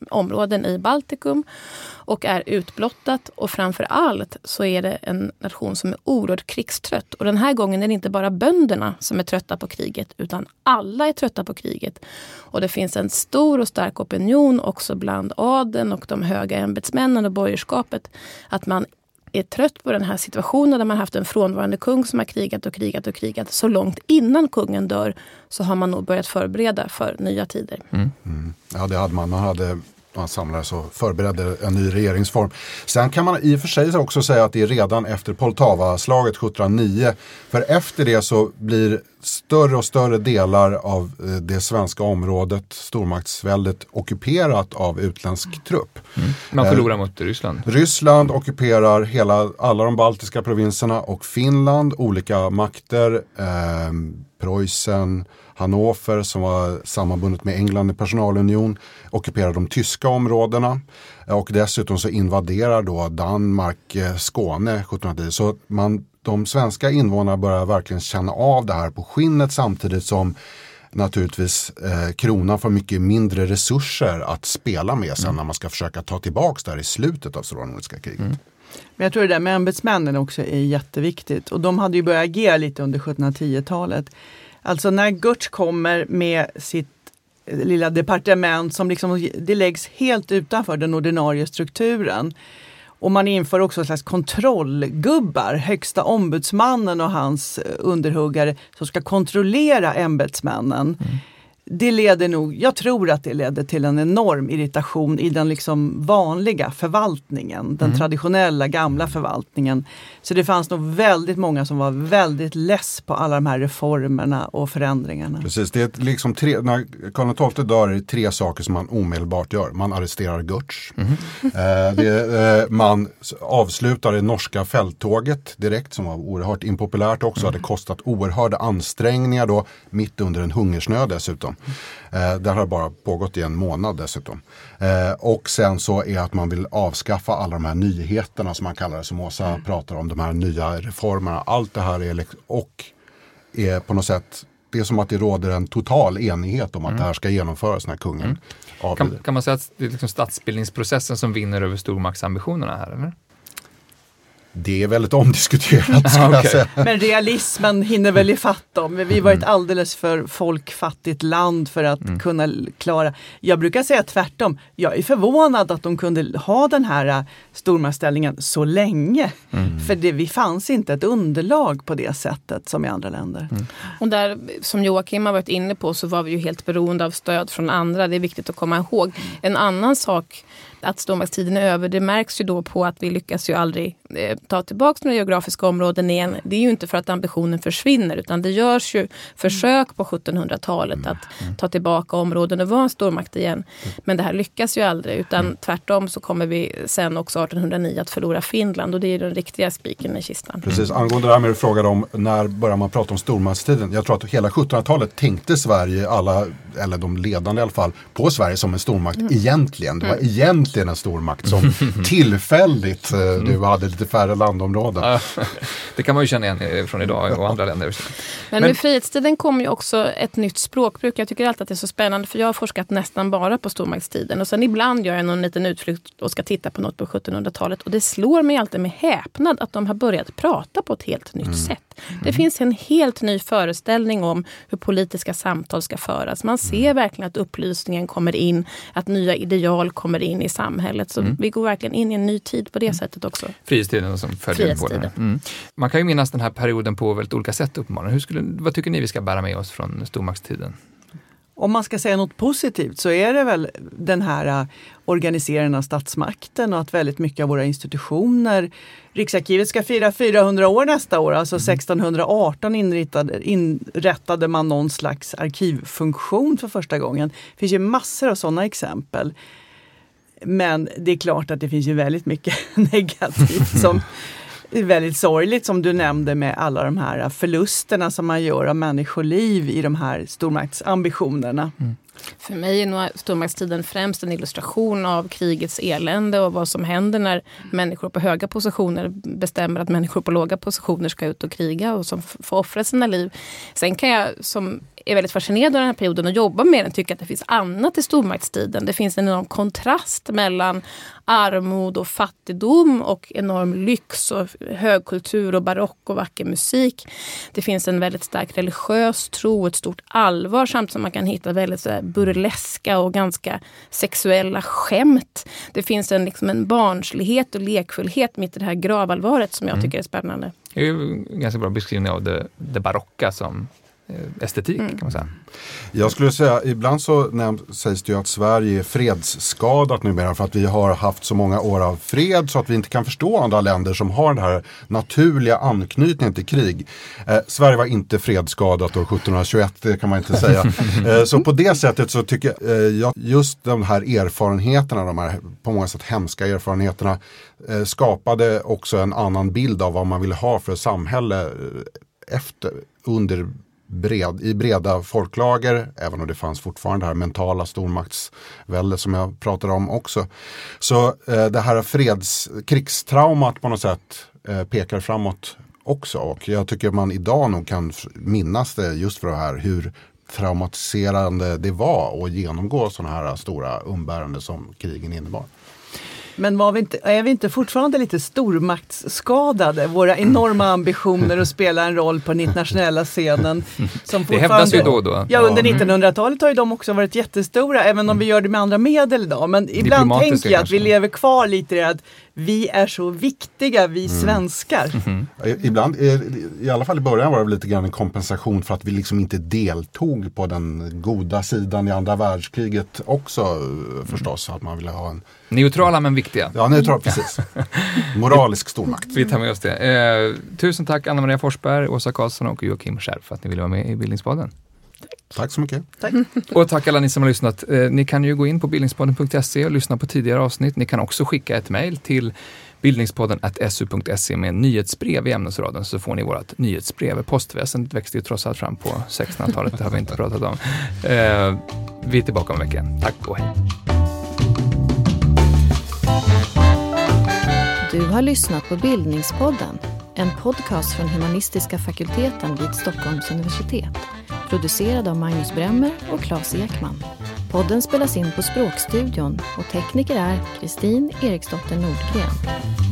områden i Baltikum och är utblottat, och framför allt så är det en nation som är oerhört krigstrött. Och den här gången är det inte bara bönderna som är trötta på kriget, utan alla är trötta på kriget. Och det finns en stor och stark opinion också bland adeln och de höga ämbetsmännen och borgerskapet att man är trött på den här situationen där man haft en frånvarande kung som har krigat och krigat och krigat. Så långt innan kungen dör så har man nog börjat förbereda för nya tider. Mm. Mm. Ja, det hade man. Man hade... Man samlades och förberedde en ny regeringsform. Sen kan man i och för sig också säga att det är redan efter Poltava-slaget sjuttonhundranio. För efter det så blir större och större delar av det svenska området, stormaktsväldet, ockuperat av utländsk trupp. Mm. Man förlorar eh, mot Ryssland. Ryssland ockuperar hela, alla de baltiska provinserna och Finland, olika makter, eh, Preussen, Hannover som var sammanbundet med England i personalunion ockuperar de tyska områdena och dessutom så invaderar då Danmark Skåne sjuttonhundratio. Så man, de svenska invånarna börjar verkligen känna av det här på skinnet samtidigt som naturligtvis eh, kronan får mycket mindre resurser att spela med sen mm. när man ska försöka ta tillbaka där i slutet av Stora nordiska kriget. Mm. Men jag tror det där med ämbetsmännen också är jätteviktigt, och de hade ju börjat agera lite under sjuttonhundratio-talet. Alltså när Görtz kommer med sitt lilla departement som liksom, det läggs helt utanför den ordinarie strukturen. Och man inför också en slags kontrollgubbar, högsta ombudsmannen och hans underhuggare som ska kontrollera ämbetsmännen. Mm. Det leder nog, jag tror att det leder till en enorm irritation i den liksom vanliga förvaltningen, den mm. traditionella gamla förvaltningen. Så det fanns nog väldigt många som var väldigt less på alla de här reformerna och förändringarna. Precis, det är liksom tre, när Karl tolfte dör är det tre saker som man omedelbart gör. Man arresterar Görtz, mm. eh, det, eh, man avslutar det norska fälttåget direkt som var oerhört impopulärt också, mm. hade kostat oerhörda ansträngningar då, mitt under en hungersnöd dessutom. Eh, det har bara pågått i en månad dessutom. Eh, och sen så är att man vill avskaffa alla de här nyheterna som man kallar det, som Åsa mm. pratar om, de här nya reformerna. Allt det här är och är på något sätt, det är som att det råder en total enighet om att mm. det här ska genomföras när kungen mm. avlider. Kan, kan man säga att det är liksom statsbildningsprocessen som vinner över stormaktsambitionerna här, eller? Det är väldigt omdiskuterat, skulle okay. jag säga. Men realismen hinner väl ifatt dem. Vi var ett alldeles för folkfattigt land för att mm. kunna klara. Jag brukar säga tvärtom. Jag är förvånad att de kunde ha den här stormaktsställningen så länge. Mm. För det vi fanns inte ett underlag på det sättet som i andra länder. Mm. Och där, som Joakim har varit inne på, så var vi ju helt beroende av stöd från andra. Det är viktigt att komma ihåg. En annan sak, att stormaktstiden är över, det märks ju då på att vi lyckas ju aldrig eh, ta tillbaka några geografiska områden igen. Det är ju inte för att ambitionen försvinner, utan det görs ju försök på sjuttonhundratalet mm. att mm. ta tillbaka områden och vara en stormakt igen. Men det här lyckas ju aldrig, utan mm. tvärtom så kommer vi sen också artonhundranio att förlora Finland, och det är den riktiga spiken i kistan. Precis, angående det här med att fråga om när börjar man prata om stormaktstiden. Jag tror att hela sjuttonhundratalet tänkte Sverige, alla, eller de ledande i alla fall, på Sverige som en stormakt mm. egentligen. Det var mm. egentligen en stormakt som tillfälligt mm. du hade lite färre landområden. Det kan man ju känna igen från idag och andra länder. Men, Men med frihetstiden kommer ju också ett nytt språkbruk. Jag tycker alltid att det är så spännande, för jag har forskat nästan bara på stormaktstiden. Och sen ibland gör jag någon liten utflykt och ska titta på något på sjuttonhundratalet. Och det slår mig alltid med häpnad att de har börjat prata på ett helt nytt mm. sätt. Det mm. finns en helt ny föreställning om hur politiska samtal ska föras. Man ser mm. verkligen att upplysningen kommer in, att nya ideal kommer in i samhället. Så mm. vi går verkligen in i en ny tid på det mm. sättet också. Frihetstiden som följer på det. Mm. Man kan ju minnas den här perioden på väldigt olika sätt uppenbarligen. Hur skulle, vad tycker ni vi ska bära med oss från stormaktstiden? Om man ska säga något positivt så är det väl den här organiseringen av statsmakten och att väldigt mycket av våra institutioner, Riksarkivet ska fira fyrahundra år nästa år, alltså mm. sextonhundraarton inrättade, inrättade man någon slags arkivfunktion för första gången. Det finns ju massor av sådana exempel. Men det är klart att det finns ju väldigt mycket negativt som är väldigt sorgligt, som du nämnde, med alla de här förlusterna som man gör av människoliv i de här stormaktsambitionerna. Mm. För mig är nog stormaktstiden främst en illustration av krigets elände och vad som händer när människor på höga positioner bestämmer att människor på låga positioner ska ut och kriga och som får offra sina liv. Sen kan jag, som är väldigt fascinerad av den här perioden och jobba med den, tycka att det finns annat i stormaktstiden. Det finns en enorm kontrast mellan armod och fattigdom och enorm lyx och högkultur och barock och vacker musik. Det finns en väldigt stark religiös tro, ett stort allvar, samtidigt som man kan hitta väldigt så här burleska och ganska sexuella skämt. Det finns en, liksom en barnslighet och lekfullhet mitt i det här gravallvaret som jag mm. tycker är spännande. Det är ju en ganska bra beskrivning av det, det barocka som estetik mm. kan man säga. Jag skulle säga, ibland så näm- sägs det ju att Sverige är fredsskadat numera för att vi har haft så många år av fred så att vi inte kan förstå andra länder som har den här naturliga anknytningen till krig. Eh, Sverige var inte fredsskadat år sjuttonhundratjugoett, det kan man inte säga. eh, så på det sättet så tycker eh, jag just de här erfarenheterna, de här på många sätt hemska erfarenheterna eh, skapade också en annan bild av vad man ville ha för samhälle eh, efter, under Bred, i breda folklager, även om det fanns fortfarande det här mentala stormaktsväldet som jag pratade om också. Så eh, det här freds, krigstraumat på något sätt eh, pekar framåt också, och jag tycker man idag nog kan minnas det just för det här hur traumatiserande det var att genomgå sådana här stora umbärande som krigen innebar. Men var vi inte, är vi inte fortfarande lite stormaktsskadade? Våra enorma ambitioner att spela en roll på den internationella scenen. Som det hävdas ju då och då. Ja, under nittonhundratalet har ju de också varit jättestora, även om vi gör det med andra medel idag. Men ibland tänker jag att vi lever kvar lite i det att vi är så viktiga, vi mm. svenskar. Mm. Ibland, i alla fall i början var det lite grann en kompensation för att vi liksom inte deltog på den goda sidan i andra världskriget också förstås. Att man ville ha en... Neutrala men viktiga. Ja, neutral, precis. Moralisk stormakt. Vi tar med oss det. Eh, tusen tack Anna-Maria Forsberg, Åsa Karlsson och Joakim Skärf för att ni ville vara med i Bildningspodden. Tack så mycket. Tack. Och tack alla ni som har lyssnat. Eh, ni kan ju gå in på bildningspodden punkt se och lyssna på tidigare avsnitt. Ni kan också skicka ett mejl till bildningspodden at s u punkt se med nyhetsbrev i ämnesraden, så får ni vårt nyhetsbrev. Postväsendet växte ju trots allt fram på sextonhundratalet, det har vi inte pratat om. Eh, vi är tillbaka om en vecka. Tack och hej. Du har lyssnat på Bildningspodden, en podcast från Humanistiska fakulteten vid Stockholms universitet. Producerad av Magnus Bremmer och Claes Ekman. Podden spelas in på Språkstudion och tekniker är Kristin Eriksdotter Nordgren.